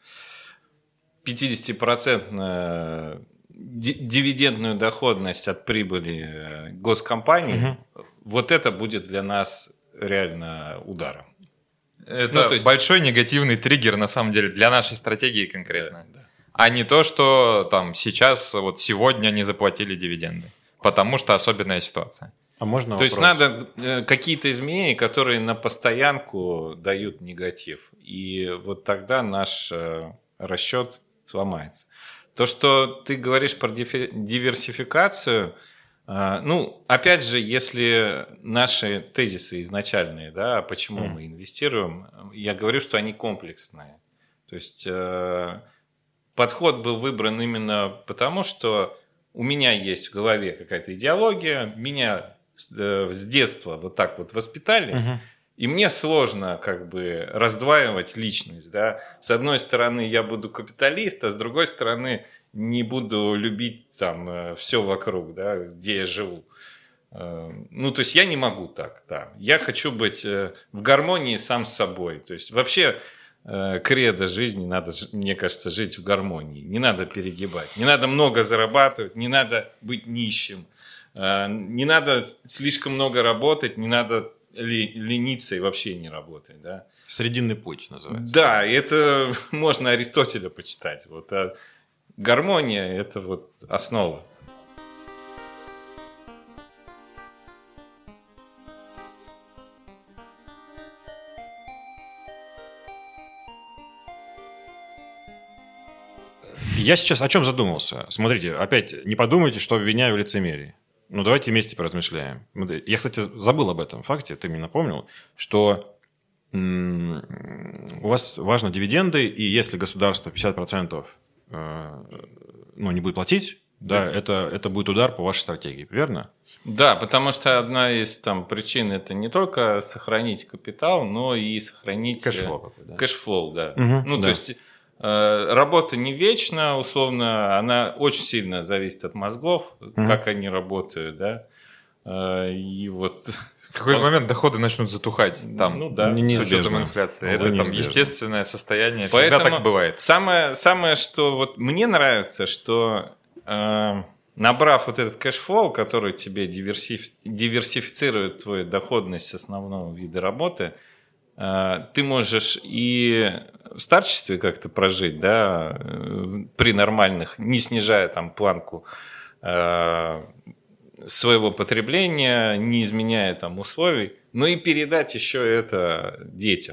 50% дивидендную доходность от прибыли госкомпаний, вот это будет для нас реально ударом. Это большой негативный триггер, на самом деле, для нашей стратегии конкретно. Да. А не то, что сейчас, сегодня не заплатили дивиденды. Потому что особенная ситуация. А можно То есть надо какие-то изменения, которые на постоянку дают негатив. И вот тогда наш расчет сломается. То, что ты говоришь про диверсификацию, опять же, если наши тезисы изначальные, да, почему мы инвестируем, я говорю, что они комплексные. То есть подход был выбран именно потому, что у меня есть в голове какая-то идеология, меня с детства вот так вот воспитали, и мне сложно раздваивать личность. Да? С одной стороны, я буду капиталист, а с другой стороны, не буду любить все вокруг, да, где я живу. То есть я не могу так. Да. Я хочу быть в гармонии сам с собой. То есть вообще кредо жизни надо, мне кажется, жить в гармонии. Не надо перегибать. Не надо много зарабатывать, не надо быть нищим. Не надо слишком много работать, не надо лениться и вообще не работать. Да? Срединный путь называется. Да, это можно Аристотеля почитать. Вот, а гармония – это вот основа. Я сейчас о чем задумался? Смотрите, опять не подумайте, что обвиняю в лицемерии. Ну, давайте вместе поразмышляем. Я, кстати, забыл об этом факте, ты мне напомнил, что у вас важны дивиденды, и если государство 50% не будет платить, да, это будет удар по вашей стратегии, верно? Да, потому что одна из причин – это не только сохранить капитал, но и сохранить кэшфлоу. Да. Угу, то есть работа не вечна, условно, она очень сильно зависит от мозгов, как они работают, да. И вот в какой-то момент доходы начнут затухать там, неизбежно. С учетом инфляции. Это неизбежно. Естественное состояние, Поэтому всегда так бывает. Самое, что вот мне нравится, что набрав вот этот кэшфлоу, который тебе диверсифицирует твою доходность с основного вида работы, ты можешь и в старчестве как-то прожить, да, при нормальных, не снижая планку своего потребления, не изменяя условий, но и передать еще это детям.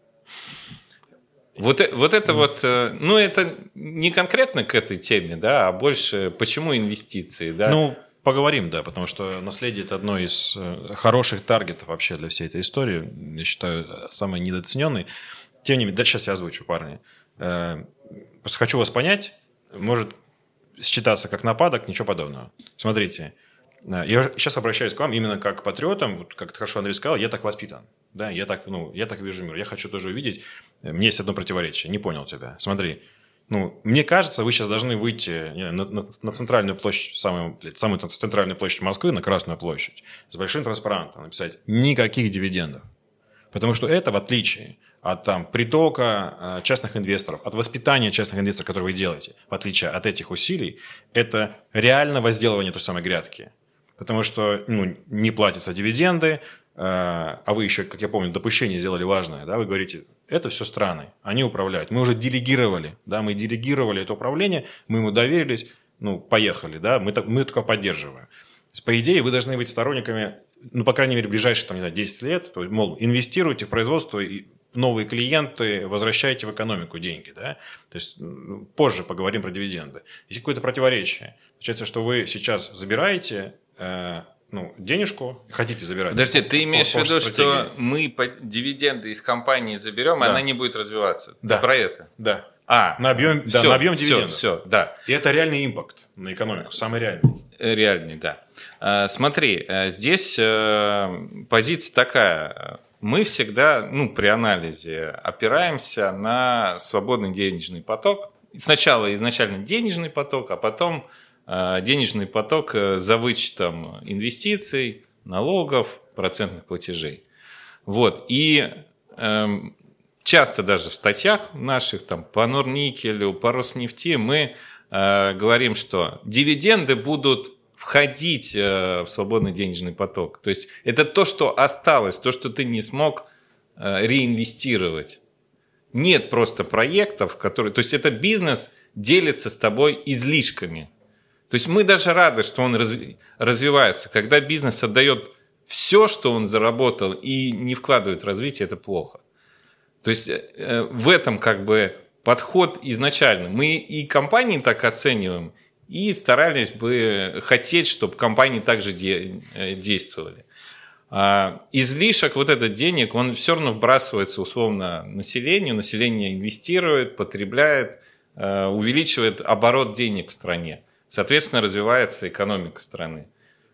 Вот это это не конкретно к этой теме, да, а больше почему инвестиции, да? Поговорим, да, потому что наследие – это одно из хороших таргетов вообще для всей этой истории. Я считаю, самый недооцененный. Тем не менее, дальше сейчас я озвучу, парни. Просто хочу вас понять, может считаться как нападок, ничего подобного. Смотрите, я сейчас обращаюсь к вам именно как к патриотам, вот как хорошо Андрей сказал, я так воспитан. Да, я так вижу мир. Я хочу тоже увидеть. Мне есть одно противоречие. Не понял тебя. Смотри. Мне кажется, вы сейчас должны выйти на центральную площадь, самую центральную площадь Москвы, на Красную площадь, с большим транспарантом написать «никаких дивидендов». Потому что это, в отличие от притока частных инвесторов, от воспитания частных инвесторов, которые вы делаете, в отличие от этих усилий, это реально возделывание той самой грядки. Потому что не платятся дивиденды, а вы еще, как я помню, допущение сделали важное. Да? Вы говорите, это все страны, они управляют. Мы уже делегировали, да? Мы делегировали это управление, мы ему доверились, поехали, да? Мы только поддерживаем. По идее, вы должны быть сторонниками, по крайней мере, в ближайшие 10 лет, то есть, мол, инвестируйте в производство, и новые клиенты, возвращайте в экономику деньги. Да? То есть позже поговорим про дивиденды. Есть какое-то противоречие. Получается, что вы сейчас забираете денежку, хотите забирать. Подожди, ты имеешь в виду, что мы дивиденды из компании заберем, да. И она не будет развиваться? Да. Ты про это? Да. На объем дивидендов. Все, да. И это реальный импакт на экономику, самый реальный. Реальный, да. Смотри, здесь позиция такая. Мы всегда, при анализе опираемся на свободный денежный поток. Сначала изначально денежный поток, а потом денежный поток за вычетом инвестиций, налогов, процентных платежей. Вот. И часто даже в статьях наших по Норникелю, по Роснефти мы говорим, что дивиденды будут входить в свободный денежный поток. То есть это то, что осталось, то, что ты не смог реинвестировать. Нет просто проектов, которые... То есть это бизнес делится с тобой излишками. То есть мы даже рады, что он развивается. Когда бизнес отдает все, что он заработал, и не вкладывает в развитие, это плохо. То есть в этом подход изначально. Мы и компании так оцениваем, и старались бы хотеть, чтобы компании также действовали. Излишек этот денег, он все равно вбрасывается условно населению. Население инвестирует, потребляет, увеличивает оборот денег в стране. Соответственно, развивается экономика страны.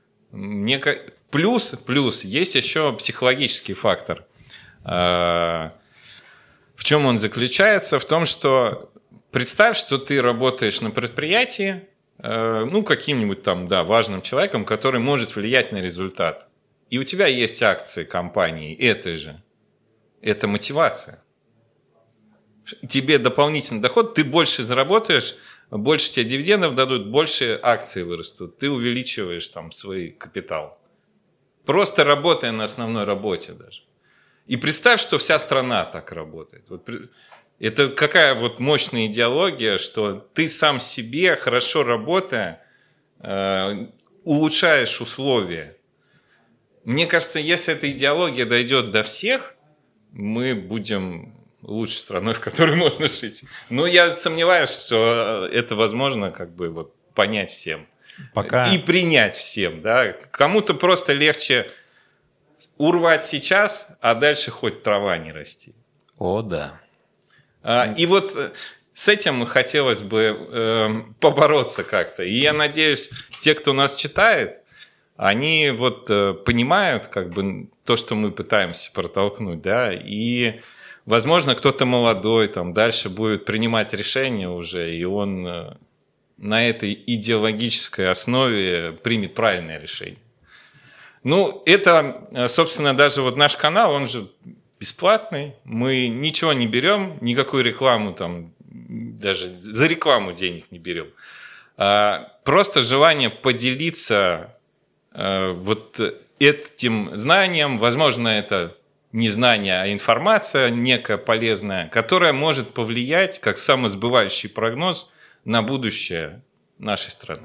Плюс есть еще психологический фактор. В чем он заключается? В том, что представь, что ты работаешь на предприятии, каким-нибудь важным человеком, который может влиять на результат. И у тебя есть акции компании этой же. Это мотивация. Тебе дополнительный доход, ты больше заработаешь, больше тебе дивидендов дадут, больше акций вырастут. Ты увеличиваешь там свой капитал. Просто работая на основной работе даже. И представь, что вся страна так работает. Вот это какая вот мощная идеология, что ты сам себе, хорошо работая, улучшаешь условия. Мне кажется, если эта идеология дойдет до всех, мы будем лучшей страной, в которой можно жить. Но я сомневаюсь, что это возможно как бы вот понять всем. И принять всем. Да? Кому-то просто легче урвать сейчас, а дальше хоть трава не расти. О, да. И вот с этим хотелось бы побороться как-то. И я надеюсь, те, кто нас читает, они вот понимают как бы то, что мы пытаемся протолкнуть, да, и, возможно, кто-то молодой там дальше будет принимать решения уже, и он на этой идеологической основе примет правильное решение. Ну, это, собственно, даже вот наш канал, он же бесплатный, мы ничего не берем, никакую рекламу там, даже за рекламу денег не берем. Просто желание поделиться вот этим знанием, возможно, это не знание, а информация некая полезная, которая может повлиять, как самосбывающий прогноз, на будущее нашей страны.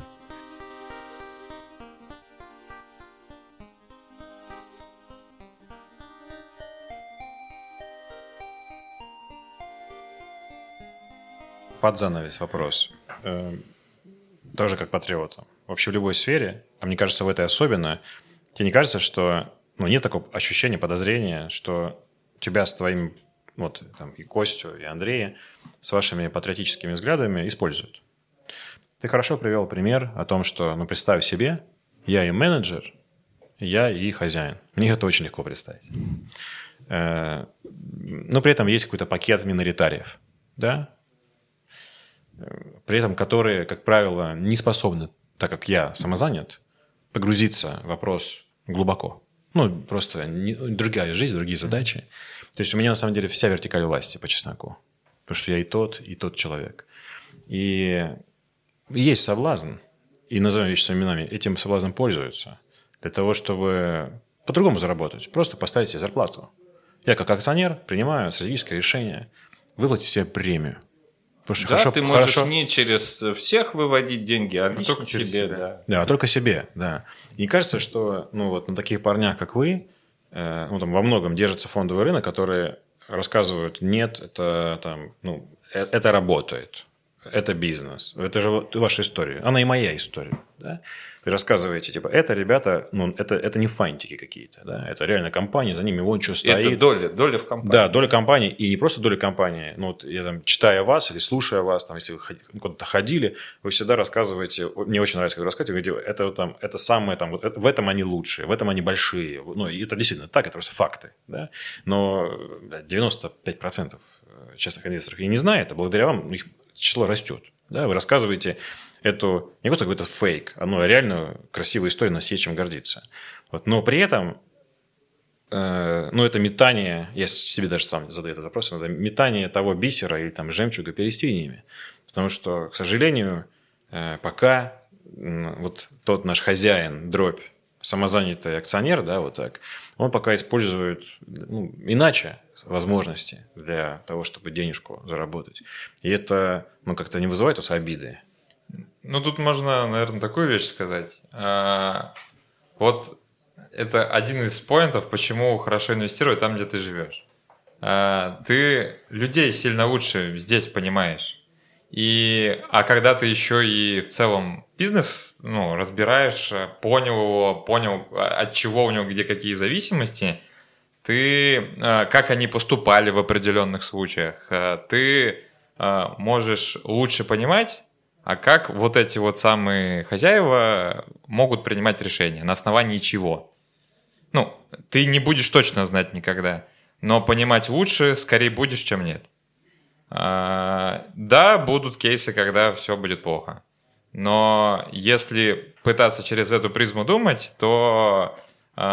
Под занавес вопрос. Тоже как патриота. Вообще в любой сфере, а мне кажется, в этой особенно, тебе не кажется, что нет такого ощущения, подозрения, что тебя с твоим, вот там и Костю, и Андрея, с вашими патриотическими взглядами используют? Ты хорошо привел пример о том, что, представь себе, я и менеджер, я и хозяин. Мне это очень легко представить. Но при этом есть какой-то пакет миноритариев, да? При этом которые, как правило, не способны, так как я самозанят, погрузиться в вопрос глубоко. Просто другая жизнь, другие задачи. То есть у меня, на самом деле, вся вертикаль власти по чесноку. Потому что я и тот человек. И есть соблазн, и назовем вещи своими именами, этим соблазном пользуются для того, чтобы по-другому заработать. Просто поставить себе зарплату. Я как акционер принимаю стратегическое решение выплатить себе премию. Потому что ты можешь не через всех выводить деньги, а лично только через себе. Да, только себе, да. И мне кажется, что на таких парнях, как вы, во многом держится фондовый рынок, которые рассказывают, нет, это работает, это бизнес, это же ваша история, она и моя история, да? Вы рассказываете, это ребята, это не фантики какие-то, да, это реально компания, за ними вон что стоит. Это доля в компании. Да, доля компании, и не просто доля компании, я там, читая вас или слушая вас, если вы куда-то ходили, вы всегда рассказываете, мне очень нравится, когда рассказываете, вы говорите, это самое, в этом они лучшие, в этом они большие, и это действительно так, это просто факты, да, но 95% частных инвесторов и не знает, а благодаря вам их число растет, да, вы рассказываете эту, не просто какой-то фейк, реально красивая история, нас есть чем гордиться. Но при этом, это метание, я себе даже сам задаю этот вопрос, это метание того бисера или там жемчуга перед свиньями. Потому что, к сожалению, пока тот наш хозяин, дробь, самозанятый акционер, да, он пока использует иначе возможности для того, чтобы денежку заработать. И это как-то не вызывает обиды. Тут можно, наверное, такую вещь сказать. Вот это один из поинтов, почему хорошо инвестировать там, где ты живешь. Ты людей сильно лучше здесь понимаешь. А когда ты еще и в целом бизнес разбираешь, понял, от чего у него, где какие зависимости, как они поступали в определенных случаях, ты можешь лучше понимать, а как вот эти самые хозяева могут принимать решения, на основании чего. Ты не будешь точно знать никогда, но понимать лучше скорее будешь, чем нет. Да, будут кейсы, когда все будет плохо. Но если пытаться через эту призму думать, то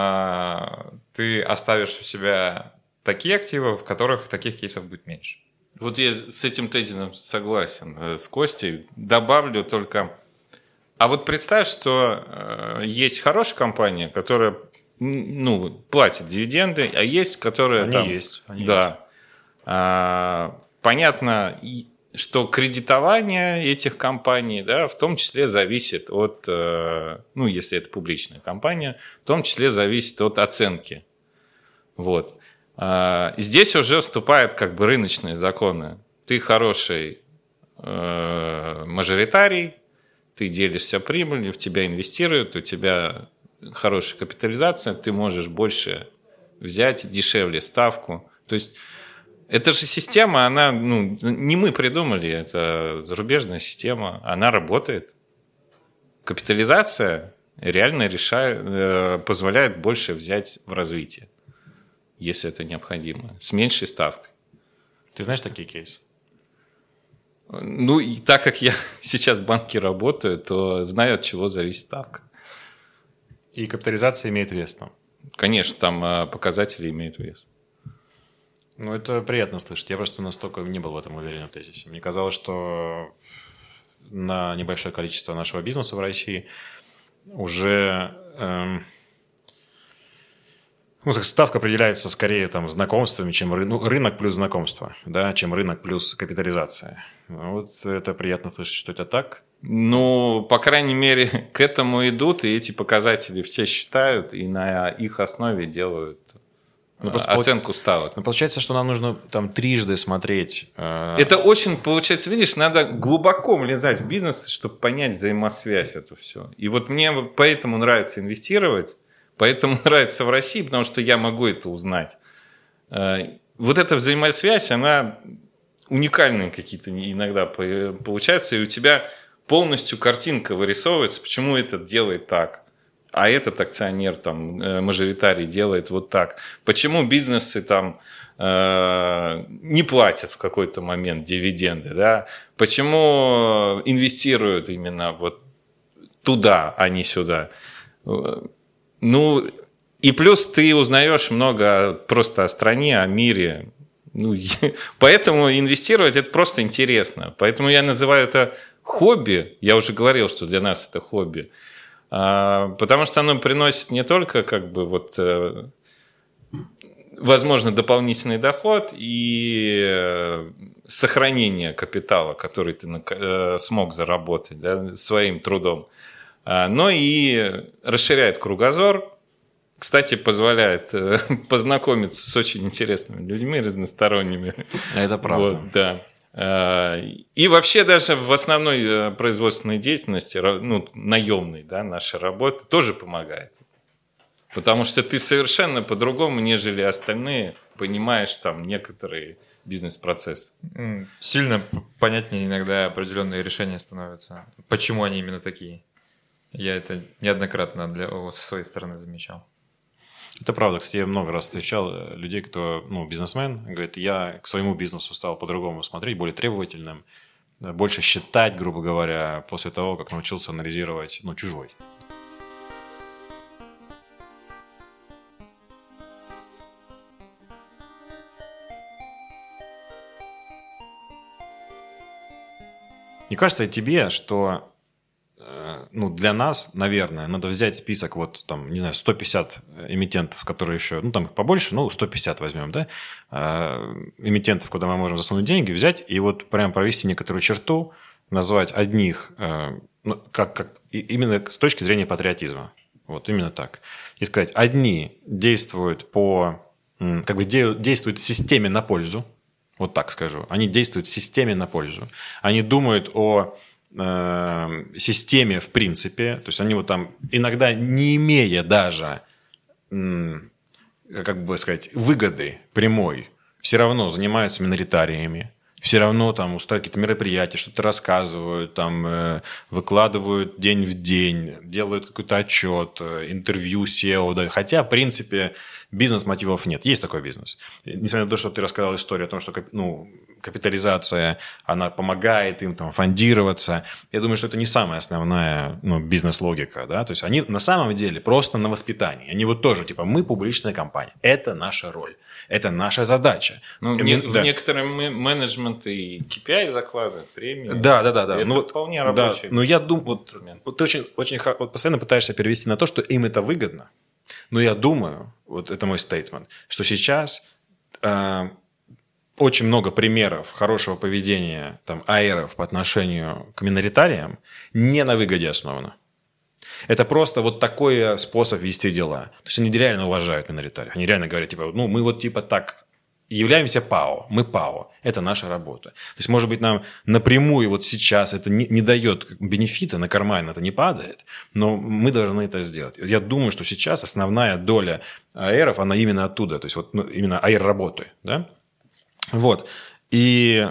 ты оставишь у себя такие активы, в которых таких кейсов будет меньше. Вот я с этим тезисом согласен с Костей. Добавлю только... А вот представь, что есть хорошая компания, которая платит дивиденды, а есть, которая... Они есть. Да. Понятно, что кредитование этих компаний, да, в том числе зависит от... если это публичная компания, в том числе зависит от оценки. Вот. Здесь уже вступают как бы рыночные законы. Ты хороший мажоритарий, ты делишься прибылью, в тебя инвестируют, у тебя хорошая капитализация, ты можешь больше взять, дешевле ставку. То есть эта же система, она, не мы придумали, это зарубежная система, она работает. Капитализация реально позволяет больше взять в развитие, если это необходимо, с меньшей ставкой. Ты знаешь такие кейсы? И так как я сейчас в банке работаю, то знаю, от чего зависит ставка. И капитализация имеет вес там? Конечно, там показатели имеют вес. Это приятно слышать. Я просто настолько не был в этом уверен в тезисе. Мне казалось, что на небольшое количество нашего бизнеса в России уже... ставка определяется скорее там знакомствами, чем рынок плюс знакомство, да, чем рынок плюс капитализация. Вот это приятно слышать, что это так. По крайней мере, к этому идут, и эти показатели все считают, и на их основе делают оценку ставок. Получается, что нам нужно там трижды смотреть. Это очень, получается, видишь, надо глубоко влезать в бизнес, чтобы понять взаимосвязь эту все. И вот мне поэтому нравится инвестировать. Поэтому нравится в России, потому что я могу это узнать. Вот эта взаимосвязь, она уникальные какие-то иногда получаются, и у тебя полностью картинка вырисовывается, почему этот делает так, а этот акционер, там, мажоритарий делает вот так. Почему бизнесы там не платят в какой-то момент дивиденды, да? Почему инвестируют именно вот туда, а не сюда. И плюс ты узнаешь много просто о стране, о мире. Поэтому инвестировать – это просто интересно. Поэтому я называю это хобби. Я уже говорил, что для нас это хобби. Потому что оно приносит не только возможно, дополнительный доход и сохранение капитала, который ты смог заработать, да, своим трудом, но и расширяет кругозор. Кстати, позволяет познакомиться с очень интересными людьми разносторонними. Это правда. Вот, да. И вообще даже в основной производственной деятельности, наемной, да, нашей работы, тоже помогает. Потому что ты совершенно по-другому, нежели остальные, понимаешь там некоторые бизнес-процессы. Сильно понятнее иногда определенные решения становятся. Почему они именно такие? Я это неоднократно со своей стороны замечал. Это правда. Кстати, я много раз встречал людей, кто, бизнесмен, говорит, я к своему бизнесу стал по-другому смотреть, более требовательным, больше считать, грубо говоря, после того, как научился анализировать, чужой. Не кажется ли тебе, что для нас, наверное, надо взять список 150 эмитентов, которые еще, побольше, 150 возьмем, да, эмитентов, куда мы можем засунуть деньги, взять и прям провести некоторую черту, назвать одних, именно с точки зрения патриотизма, именно так, и сказать, одни действуют действуют в системе на пользу, вот так скажу, они действуют в системе на пользу, они думают о системе в принципе, то есть они иногда не имея даже, выгоды прямой, все равно занимаются миноритариями, все равно устраивают какие-то мероприятия, что-то рассказывают, выкладывают день в день, делают какой-то отчет, интервью SEO, да, хотя, в принципе, бизнес-мотивов нет. Есть такой бизнес. Несмотря на то, что ты рассказал историю о том, что капитализация, она помогает им там фондироваться. Я думаю, что это не самая основная бизнес-логика, да, то есть они на самом деле просто на воспитании. Они вот тоже, типа, мы публичная компания, это наша роль, это наша задача. Ну, в некотором менеджмент и KPI закладывают, премии. Да. Это вполне рабочий но я думаю, инструмент. вот ты очень вот постоянно пытаешься перевести на то, что им это выгодно. Но я думаю, вот это мой стейтмент, что сейчас очень много примеров хорошего поведения там, аэров по отношению к миноритариям не на выгоде основано. Это просто вот такой способ вести дела. То есть они реально уважают миноритариев. Они реально говорят, типа, мы вот типа так являемся ПАО, мы ПАО, это наша работа. То есть, может быть, нам напрямую вот сейчас это не дает бенефита, на карман это не падает, но мы должны это сделать. Я думаю, что сейчас основная доля аэров, она именно оттуда, то есть вот именно аэр-работы, да? Вот. И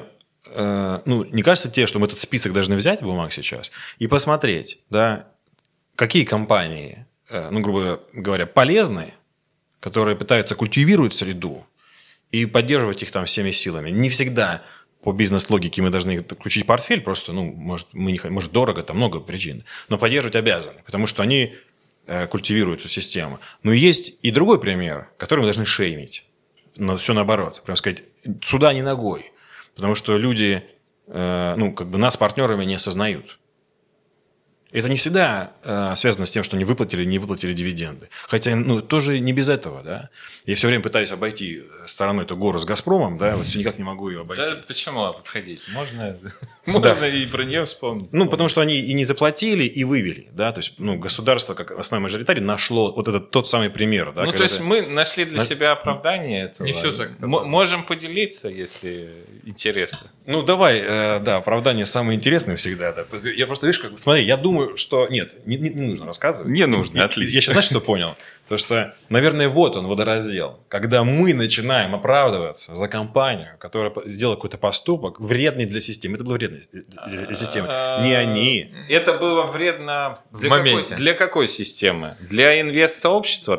не кажется тебе, что мы этот список должны взять в бумаг сейчас и посмотреть, да, какие компании, грубо говоря, полезны, которые пытаются культивировать среду и поддерживать их там всеми силами. Не всегда по бизнес-логике мы должны включить портфель, просто, может, дорого, там много причин, но поддерживать обязаны, потому что они культивируют эту систему. Но есть и другой пример, который мы должны шеймить. Но все наоборот. Прям сказать, сюда не ногой. Потому что люди, нас партнерами не осознают. Это не всегда связано с тем, что не выплатили дивиденды. Хотя, тоже не без этого, да. Я все время пытаюсь обойти стороной эту гору с «Газпромом», да, вот все никак не могу ее обойти. Да почему обходить? Можно и про нее вспомнить. Потому что они и не заплатили, и вывели, да. То есть, государство, как основной мажоритарий, нашло вот этот тот самый пример, да. То есть мы нашли для себя оправдание этого. Не все так. Можем поделиться, если интересно. Давай, оправдание самое интересное всегда, да. Я просто, видишь, смотри, я думаю, что нет, не нужно рассказывать. Не нужно, отлично. Я сейчас, знаешь, что понял? То, что, наверное, вот он, водораздел. Когда мы начинаем оправдываться за компанию, которая сделала какой-то поступок, вредный для системы. Это было вредно для системы. Не они. Это было вредно для какой системы? Для инвест-сообщества?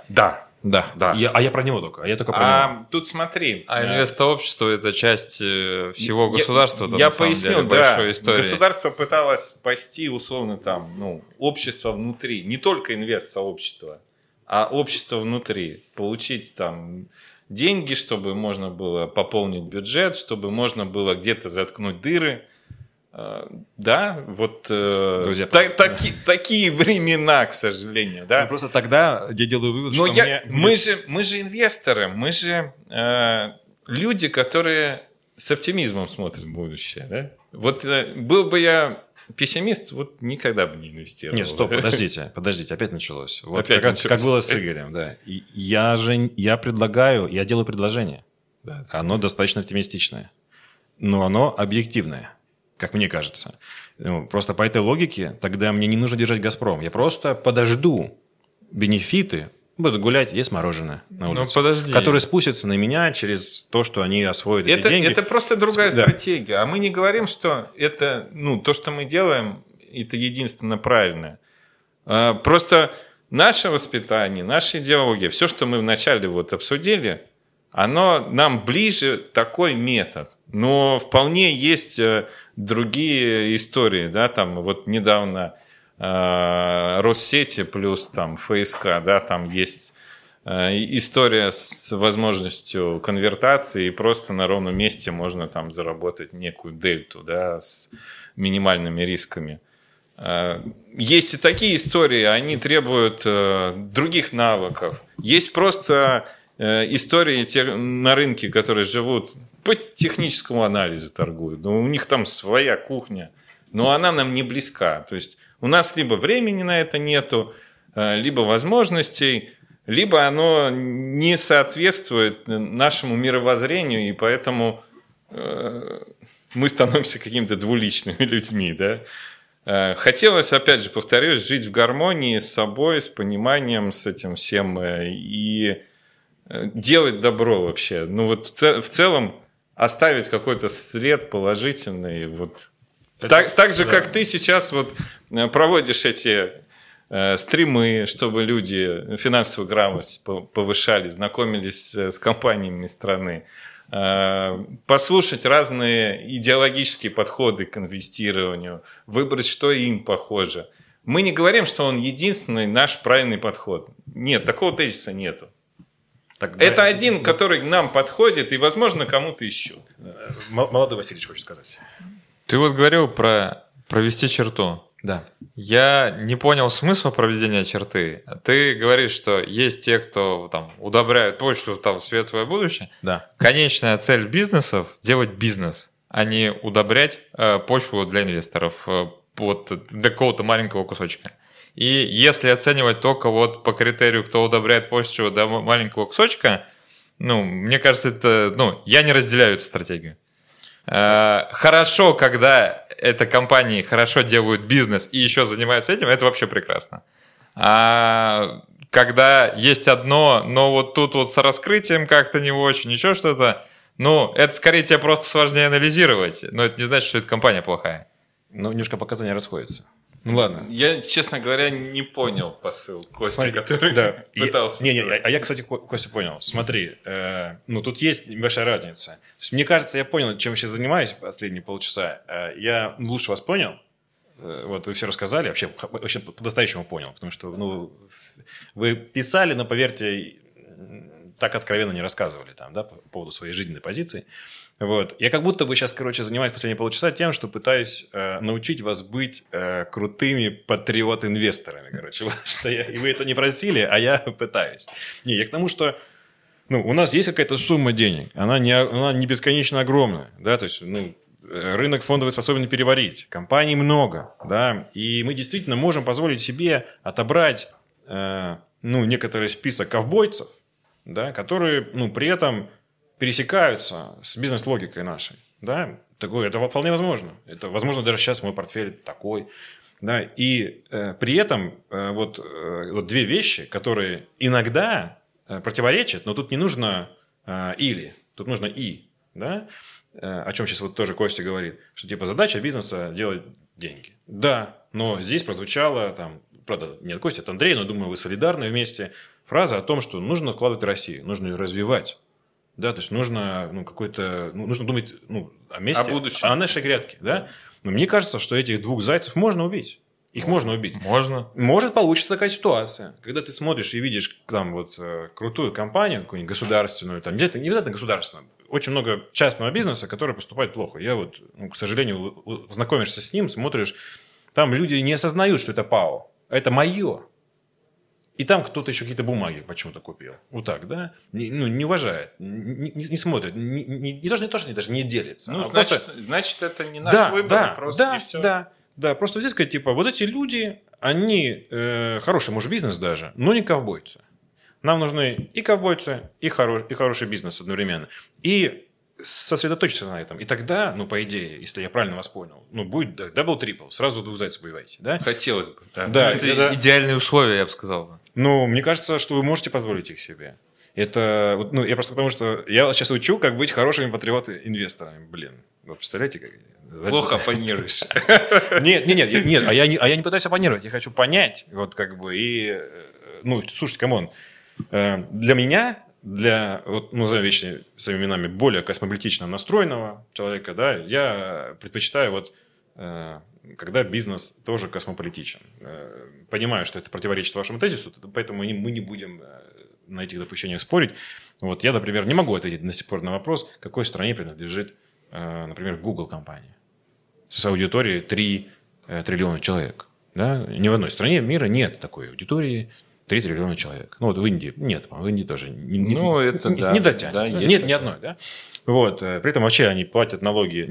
Да. Я про него только. Я только про него. Тут смотри. Инвест-сообщество – это часть всего государства. Я поясню, большой истории. Государство пыталось спасти, условно, общество внутри. Не только инвест-сообщество, а общество внутри. Получить там деньги, чтобы можно было пополнить бюджет, чтобы можно было где-то заткнуть дыры. Да, вот друзья, такие времена, к сожалению, да. Просто тогда я делаю вывод, что мы же инвесторы, мы же люди, которые с оптимизмом смотрят в будущее, да. Вот был бы я пессимист, вот никогда бы не инвестировал. Нет, стоп, подождите, опять началось. Вот как было с Игорем, да. Я делаю предложение, да. Оно достаточно оптимистичное, но оно объективное. Как мне кажется. Просто по этой логике тогда мне не нужно держать «Газпром». Я просто подожду бенефиты, буду гулять, есть мороженое на улице, которые спустятся на меня через то, что они освоят эти деньги. Это просто другая стратегия. А мы не говорим, что это, то, что мы делаем, это единственно правильное. Просто наше воспитание, наша идеология, все, что мы вначале обсудили, оно нам ближе такой метод. Но вполне есть другие истории, да, там вот недавно Россети плюс там ФСК, да, там есть история с возможностью конвертации, и просто на ровном месте можно там заработать некую дельту, да, с минимальными рисками. Есть и такие истории, они требуют других навыков. Есть просто истории на рынке, которые живут по техническому анализу торгуют. Но у них там своя кухня, но она нам не близка. То есть у нас либо времени на это нету, либо возможностей, либо оно не соответствует нашему мировоззрению, и поэтому мы становимся какими-то двуличными людьми. Да? Хотелось, опять же, повторюсь, жить в гармонии с собой, с пониманием, с этим всем, и делать добро вообще. В целом оставить какой-то след положительный. Так же, как ты сейчас проводишь эти стримы, чтобы люди финансовую грамотность повышали, знакомились с компаниями страны. послушать разные идеологические подходы к инвестированию, выбрать, что им похоже. Мы не говорим, что он единственный наш правильный подход. Нет, такого тезиса нету. Тогда... Это один, который к нам подходит и, возможно, кому-то еще. Молодой Васильевич хочет сказать. Ты вот говорил про провести черту. Да. Я не понял смысла проведения черты. Ты говоришь, что есть те, кто там удобряют почту там, в светлое будущее. Да. Конечная цель бизнесов – делать бизнес, а не удобрять почву для инвесторов вот, для какого-то маленького кусочка. И если оценивать только вот по критерию, кто удобряет почву до маленького кусочка, ну, мне кажется, это, ну, я не разделяю эту стратегию. Хорошо, когда это компании хорошо делают бизнес и еще занимаются этим, это вообще прекрасно. А когда есть одно, но вот тут вот с раскрытием как-то не очень, еще что-то, ну, это скорее тебе просто сложнее анализировать, но это не значит, что эта компания плохая. Ну, немножко показания расходятся. Ну ладно. Я, честно говоря, не понял посыл Кости, который пытался сказать. А я, кстати, Костя понял. Смотри, ну тут есть небольшая разница. То есть, мне кажется, я понял, чем я сейчас занимаюсь последние полчаса. Я лучше вас понял. Вот вы все рассказали, вообще по-настоящему понял. Потому что ну, вы писали, но, поверьте, так откровенно не рассказывали там, да, по поводу своей жизненной позиции. Вот. Я как будто бы сейчас, занимаюсь последние полчаса тем, что пытаюсь научить вас быть крутыми патриот-инвесторами, И вы это не просили, а я пытаюсь. Не, я к тому, что ну, у нас есть какая-то сумма денег, она не бесконечно огромная, да, то есть, ну, рынок фондовый способен переварить, компаний много, да, и мы действительно можем позволить себе отобрать, ну, некоторый список ковбойцев, да, которые, ну, при этом пересекаются с бизнес-логикой нашей. Да? Такое, это вполне возможно. Это возможно даже сейчас мой портфель такой. Да? И при этом вот две вещи, которые иногда противоречат, но тут не нужно или, тут нужно и. Да? О чем сейчас вот тоже Костя говорит, что типа задача бизнеса делать деньги. Да, но здесь прозвучало, там, правда, не от Кости, от Андрея, но думаю, вы солидарны вместе, фраза о том, что нужно вкладывать в Россию, нужно ее развивать. Да, то есть нужно, ну, нужно думать, ну, о месте, о нашей грядке, да. Но мне кажется, что этих двух зайцев можно убить. Их можно убить. Можно. Может получиться такая ситуация, когда ты смотришь и видишь там вот крутую компанию, какую-нибудь государственную, там, не обязательно государственную, очень много частного бизнеса, который поступает плохо. Я вот, ну, к сожалению, знакомишься с ним, смотришь, там люди не осознают, что это ПАО, это мое. И там кто-то еще какие-то бумаги почему-то купил. Вот так, да? Не уважает, не смотрит. Не то, что даже не делится. Ну, значит, это не наш выбор. Просто и все. Да, просто здесь сказать, типа, вот эти люди, они хороший, может, бизнес даже, но не ковбойцы. Нам нужны и ковбойцы, и хороший бизнес одновременно. И сосредоточиться на этом. И тогда, ну, по идее, если я правильно вас понял, ну, будет дабл-трипл, сразу двух зайцев воеваете, да? Хотелось бы. Да, это идеальные условия, я бы сказал. Ну, мне кажется, что вы можете позволить их себе. Это, ну, я просто потому, что я сейчас учу, как быть хорошими патриот-инвесторами. Блин, вот представляете, как... Плохо оппонируешь. Нет, а я не пытаюсь оппонировать, я хочу понять, вот как бы, и, ну, слушайте, камон, для меня, вот, назовем вещи своими именами, более космополитично настроенного человека, да, я предпочитаю вот, когда бизнес тоже космополитичен. Понимаю, что это противоречит вашему тезису, поэтому мы не будем на этих допущениях спорить. Вот я, например, не могу ответить до сих пор на вопрос, какой стране принадлежит, например, Google компания с аудиторией 3 триллиона человек. Да? Ни в одной стране мира нет такой аудитории 3 триллиона человек. Ну, вот в Индии нет, в Индии тоже не дотянет. Да, нет ни одной, да? Вот. При этом вообще они не платят налоги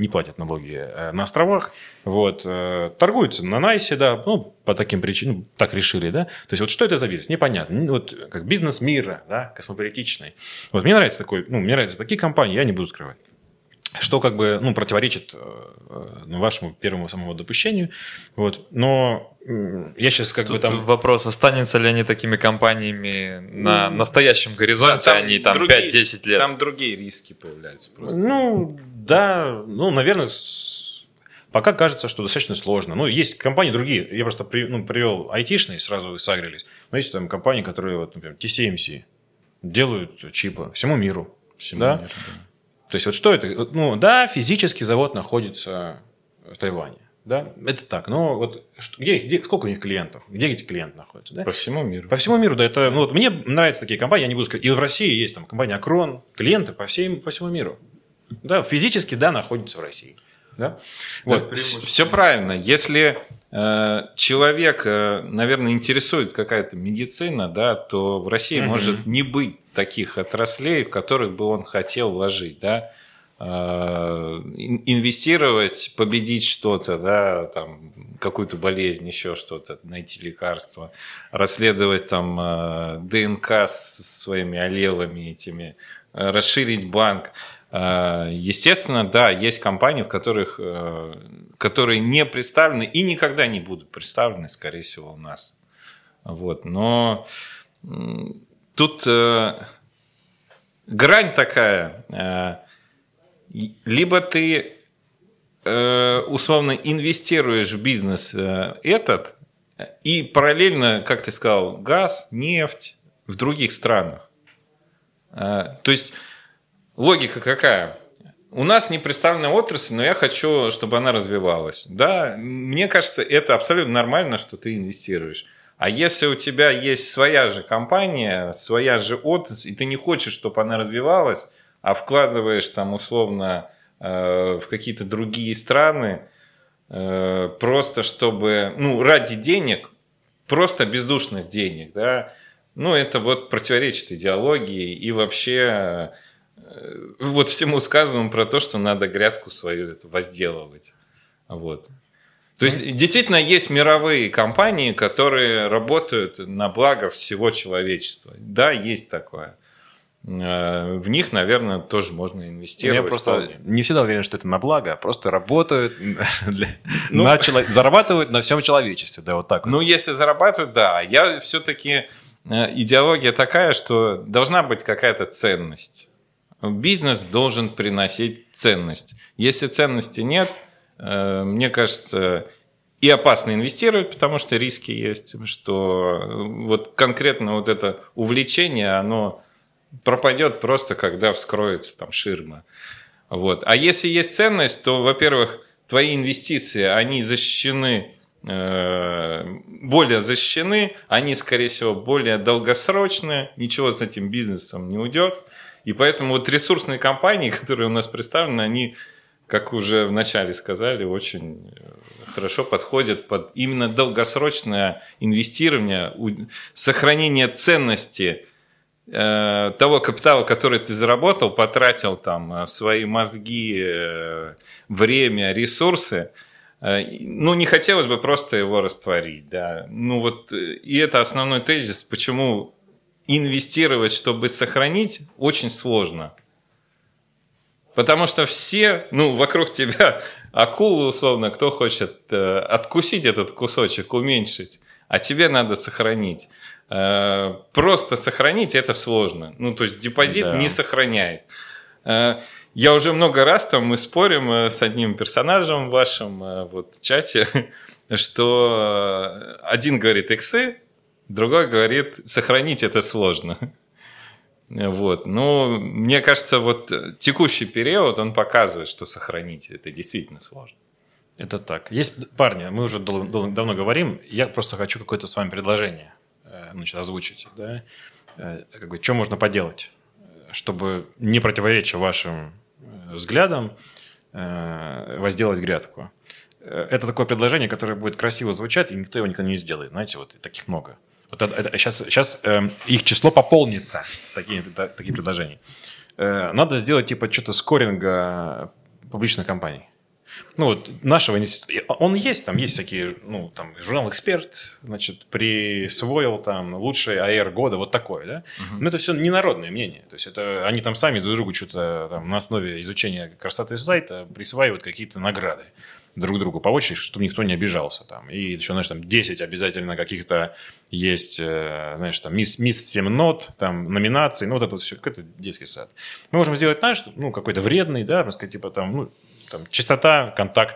на островах, вот. Торгуются на Найсе, да, ну, по таким причинам, так решили, да. То есть, вот что это за бизнес, непонятно. Вот, как бизнес мира, да, космополитичный. Вот мне нравятся такие компании, я не буду скрывать. Что как бы, ну, противоречит вашему первому самому допущению. Вот. Но я сейчас как тут бы там... вопрос, останется ли они такими компаниями на настоящем горизонте, а не там 5-10 лет? Там другие риски появляются просто. Ну, да, ну, наверное, пока кажется, что достаточно сложно. Ну, есть компании другие, я просто привел айтишные, сразу сагрились. Но есть там компании, которые, вот, например, TSMC делают чипы всему миру. Всему миру, да. То есть вот что это? Ну да, физически завод находится в Тайване. Да, это так. Но вот сколько у них клиентов? Где эти клиенты находятся? Да? По всему миру. По всему миру, да. Это, ну, вот мне нравятся такие компании, я не буду сказать. И в России есть там компания Акрон, клиенты по всему миру. Да, физически, да, находятся в России. Да? Вот, все правильно. Если человек, наверное, интересует какая-то медицина, да, то в России может не быть таких отраслей, в которых бы он хотел вложить, да. Инвестировать, победить что-то, да, там, какую-то болезнь, еще что-то, найти лекарство, расследовать там ДНК с своими аллелами этими, расширить банк. Естественно, да, есть компании, которые не представлены и никогда не будут представлены, скорее всего, у нас. Вот. Но тут грань такая. Либо ты условно инвестируешь в бизнес этот и параллельно, как ты сказал, газ, нефть в других странах. То есть логика какая? У нас не представлена отрасль, но я хочу, чтобы она развивалась. Да, мне кажется, это абсолютно нормально, что ты инвестируешь. А если у тебя есть своя же компания, своя же отрасль, и ты не хочешь, чтобы она развивалась, а вкладываешь там условно в какие-то другие страны, просто чтобы, ну, ради денег, просто бездушных денег, да, ну, это вот противоречит идеологии и вообще вот всему сказанному про то, что надо грядку свою эту возделывать. Вот. То есть, действительно, есть мировые компании, которые работают на благо всего человечества. Да, есть такое. В них, наверное, тоже можно инвестировать. Я просто не всегда уверен, что это на благо, просто работают, зарабатывают на всем человечестве. Да, вот так. Ну, если зарабатывают, да. Я все-таки идеология такая, что должна быть какая-то ценность. Бизнес должен приносить ценность. Если ценности нет, мне кажется, и опасно инвестировать, потому что риски есть, что вот конкретно вот это увлечение, оно пропадет просто, когда вскроется там ширма. Вот. А если есть ценность, то, во-первых, твои инвестиции, они защищены, более защищены, они, скорее всего, более долгосрочные, ничего с этим бизнесом не уйдет. И поэтому вот ресурсные компании, которые у нас представлены, они, как уже вначале сказали, очень хорошо подходят под именно долгосрочное инвестирование, сохранение ценности того капитала, который ты заработал, потратил там свои мозги, время, ресурсы. Ну, не хотелось бы просто его растворить. Да. Ну, вот, и это основной тезис, почему инвестировать, чтобы сохранить, очень сложно. Потому что все, ну, вокруг тебя акулы, условно, кто хочет откусить этот кусочек, уменьшить, а тебе надо сохранить. Просто сохранить это сложно. Ну, то есть депозит не сохраняет. Я уже много раз там мы спорим с одним персонажем в вашем вот, чате, что один говорит иксы, другой говорит сохранить это сложно. Вот. Ну, мне кажется, вот текущий период, он показывает, что сохранить это действительно сложно. Это так. Есть, парни, мы уже давно говорим, я просто хочу какое-то с вами предложение озвучить. Да? Что можно поделать, чтобы не противоречить вашим взглядам, возделать грядку. Это такое предложение, которое будет красиво звучать, и никто его никогда не сделает. Знаете, вот таких много. Вот сейчас их число пополнится, такие предложения. Надо сделать типа что-то скоринга публичных компаний. Ну, вот нашего он есть, там есть всякие, ну, там, журнал «Эксперт», значит, присвоил там лучший АР года, вот такое, да? Но это все ненародное мнение. То есть, это они там сами друг другу что-то там на основе изучения красоты сайта присваивают какие-то награды друг другу по очереди, чтобы никто не обижался. Там. И еще, знаешь, там 10 обязательно каких-то есть, знаешь, там мисс 7 нот, там номинации, ну, вот это вот все, какой-то детский сад. Мы можем сделать, знаешь, ну, какой-то вредный, да, сказать, типа там, ну, там, частота контактов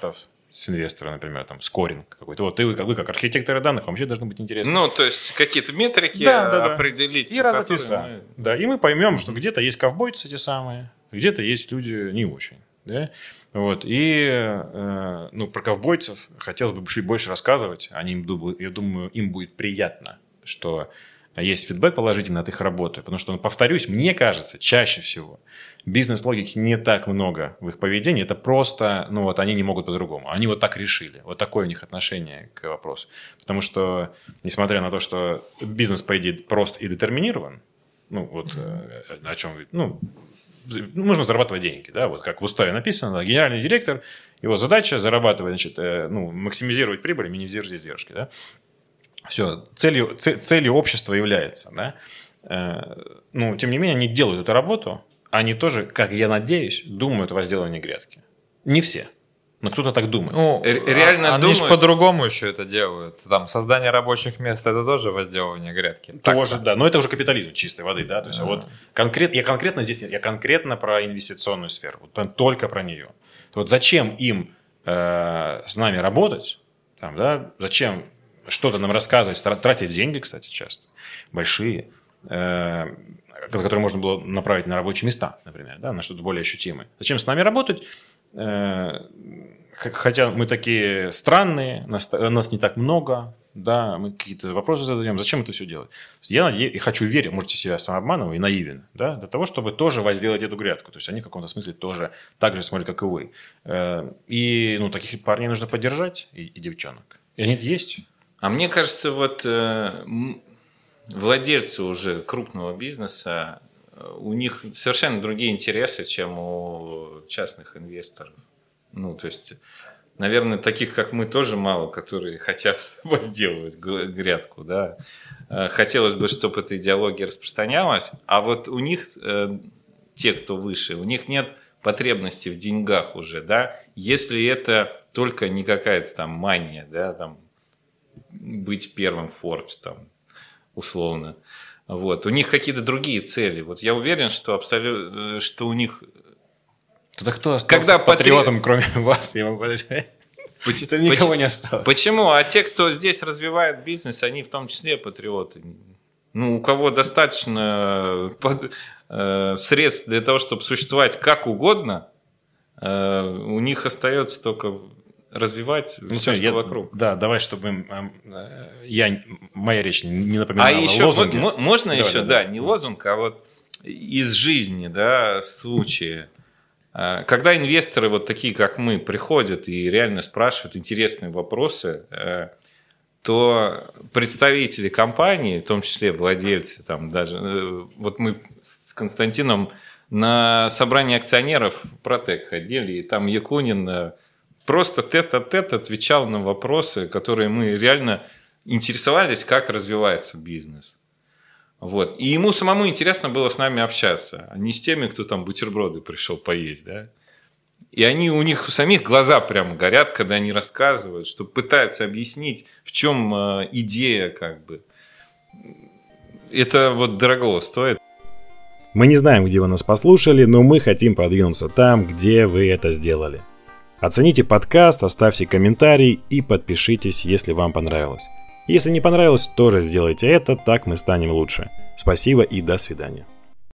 с инвестора, например, там, скоринг какой-то. Вот вы как архитекторы данных, вам вообще должно быть интересно. Ну, то есть, какие-то метрики определить. И разных веса. Да, и мы поймем, что где-то есть ковбойцы те самые, где-то есть люди не очень. Да? Вот. И про ковбойцев хотелось бы чуть больше рассказывать. Я думаю, им будет приятно, что есть фидбэк положительный от их работы. Потому что, повторюсь, мне кажется, чаще всего бизнес-логики не так много в их поведении. Это просто, они не могут по-другому. Они вот так решили. Вот такое у них отношение к вопросу. Потому что, несмотря на то, что бизнес, по идее, прост и детерминирован, о чем нужно зарабатывать деньги. Да? Вот как в уставе написано, генеральный директор, его задача зарабатывать, максимизировать прибыль, минимизировать издержки. Да? Все, целью общества является. Да? Тем не менее, они делают эту работу, они тоже, как я надеюсь, думают о возделывании грядки. Не все. Но кто-то так думает. Реально они же по-другому еще это делают. Там создание рабочих мест – это тоже возделывание грядки. Тоже, да. Но это уже капитализм чистой воды. Да? То есть, я конкретно про инвестиционную сферу. Вот только про нее. Вот зачем им с нами работать? Там, да? Зачем что-то нам рассказывать, тратить деньги, кстати, часто, большие, которые можно было направить на рабочие места, например, да, на что-то более ощутимое. Зачем с нами работать? Хотя мы такие странные, нас не так много, да, мы какие-то вопросы задаем. Зачем это все делать? Я хочу верить, можете себя самообманывать и наивен, да, для того, чтобы тоже возделать эту грядку. То есть они в каком-то смысле тоже так же смотрят, как и вы. И таких парней нужно поддержать, и девчонок. И они есть. А мне кажется, владельцы уже крупного бизнеса, у них совершенно другие интересы, чем у частных инвесторов. То есть, наверное, таких, как мы, тоже мало, которые хотят возделывать грядку. Да? Хотелось бы, чтобы эта идеология распространялась, а вот у них, те, кто выше, у них нет потребности в деньгах уже. Да? Если это только не какая-то там мания, да, там, быть первым Forbes, там, условно. Вот. У них какие-то другие цели. Вот я уверен, что у них... Тогда кто остался патриотом, кроме вас? Я могу подать. Никого не осталось. Почему? А те, кто здесь развивает бизнес, они в том числе патриоты. У кого достаточно средств для того, чтобы существовать как угодно, у них остается только развивать все, что вокруг. Да, давай, чтобы моя речь не напоминала лозунги. Можно еще, не лозунг, а вот из жизни, да, случаи. Когда инвесторы вот такие, как мы, приходят и реально спрашивают интересные вопросы, то представители компании, в том числе владельцы, там даже, вот мы с Константином на собрании акционеров Протек ходили, и там Якунин просто тет-а-тет отвечал на вопросы, которые мы реально интересовались, как развивается бизнес. Вот. И ему самому интересно было с нами общаться, а не с теми, кто там бутерброды пришел поесть. Да? И у них у самих глаза прямо горят, когда они рассказывают, что пытаются объяснить, в чем идея как бы. Это вот дорого стоит. Мы не знаем, где вы нас послушали, но мы хотим продвинуться там, где вы это сделали. Оцените подкаст, оставьте комментарий и подпишитесь, если вам понравилось. Если не понравилось, тоже сделайте это, так мы станем лучше. Спасибо и до свидания.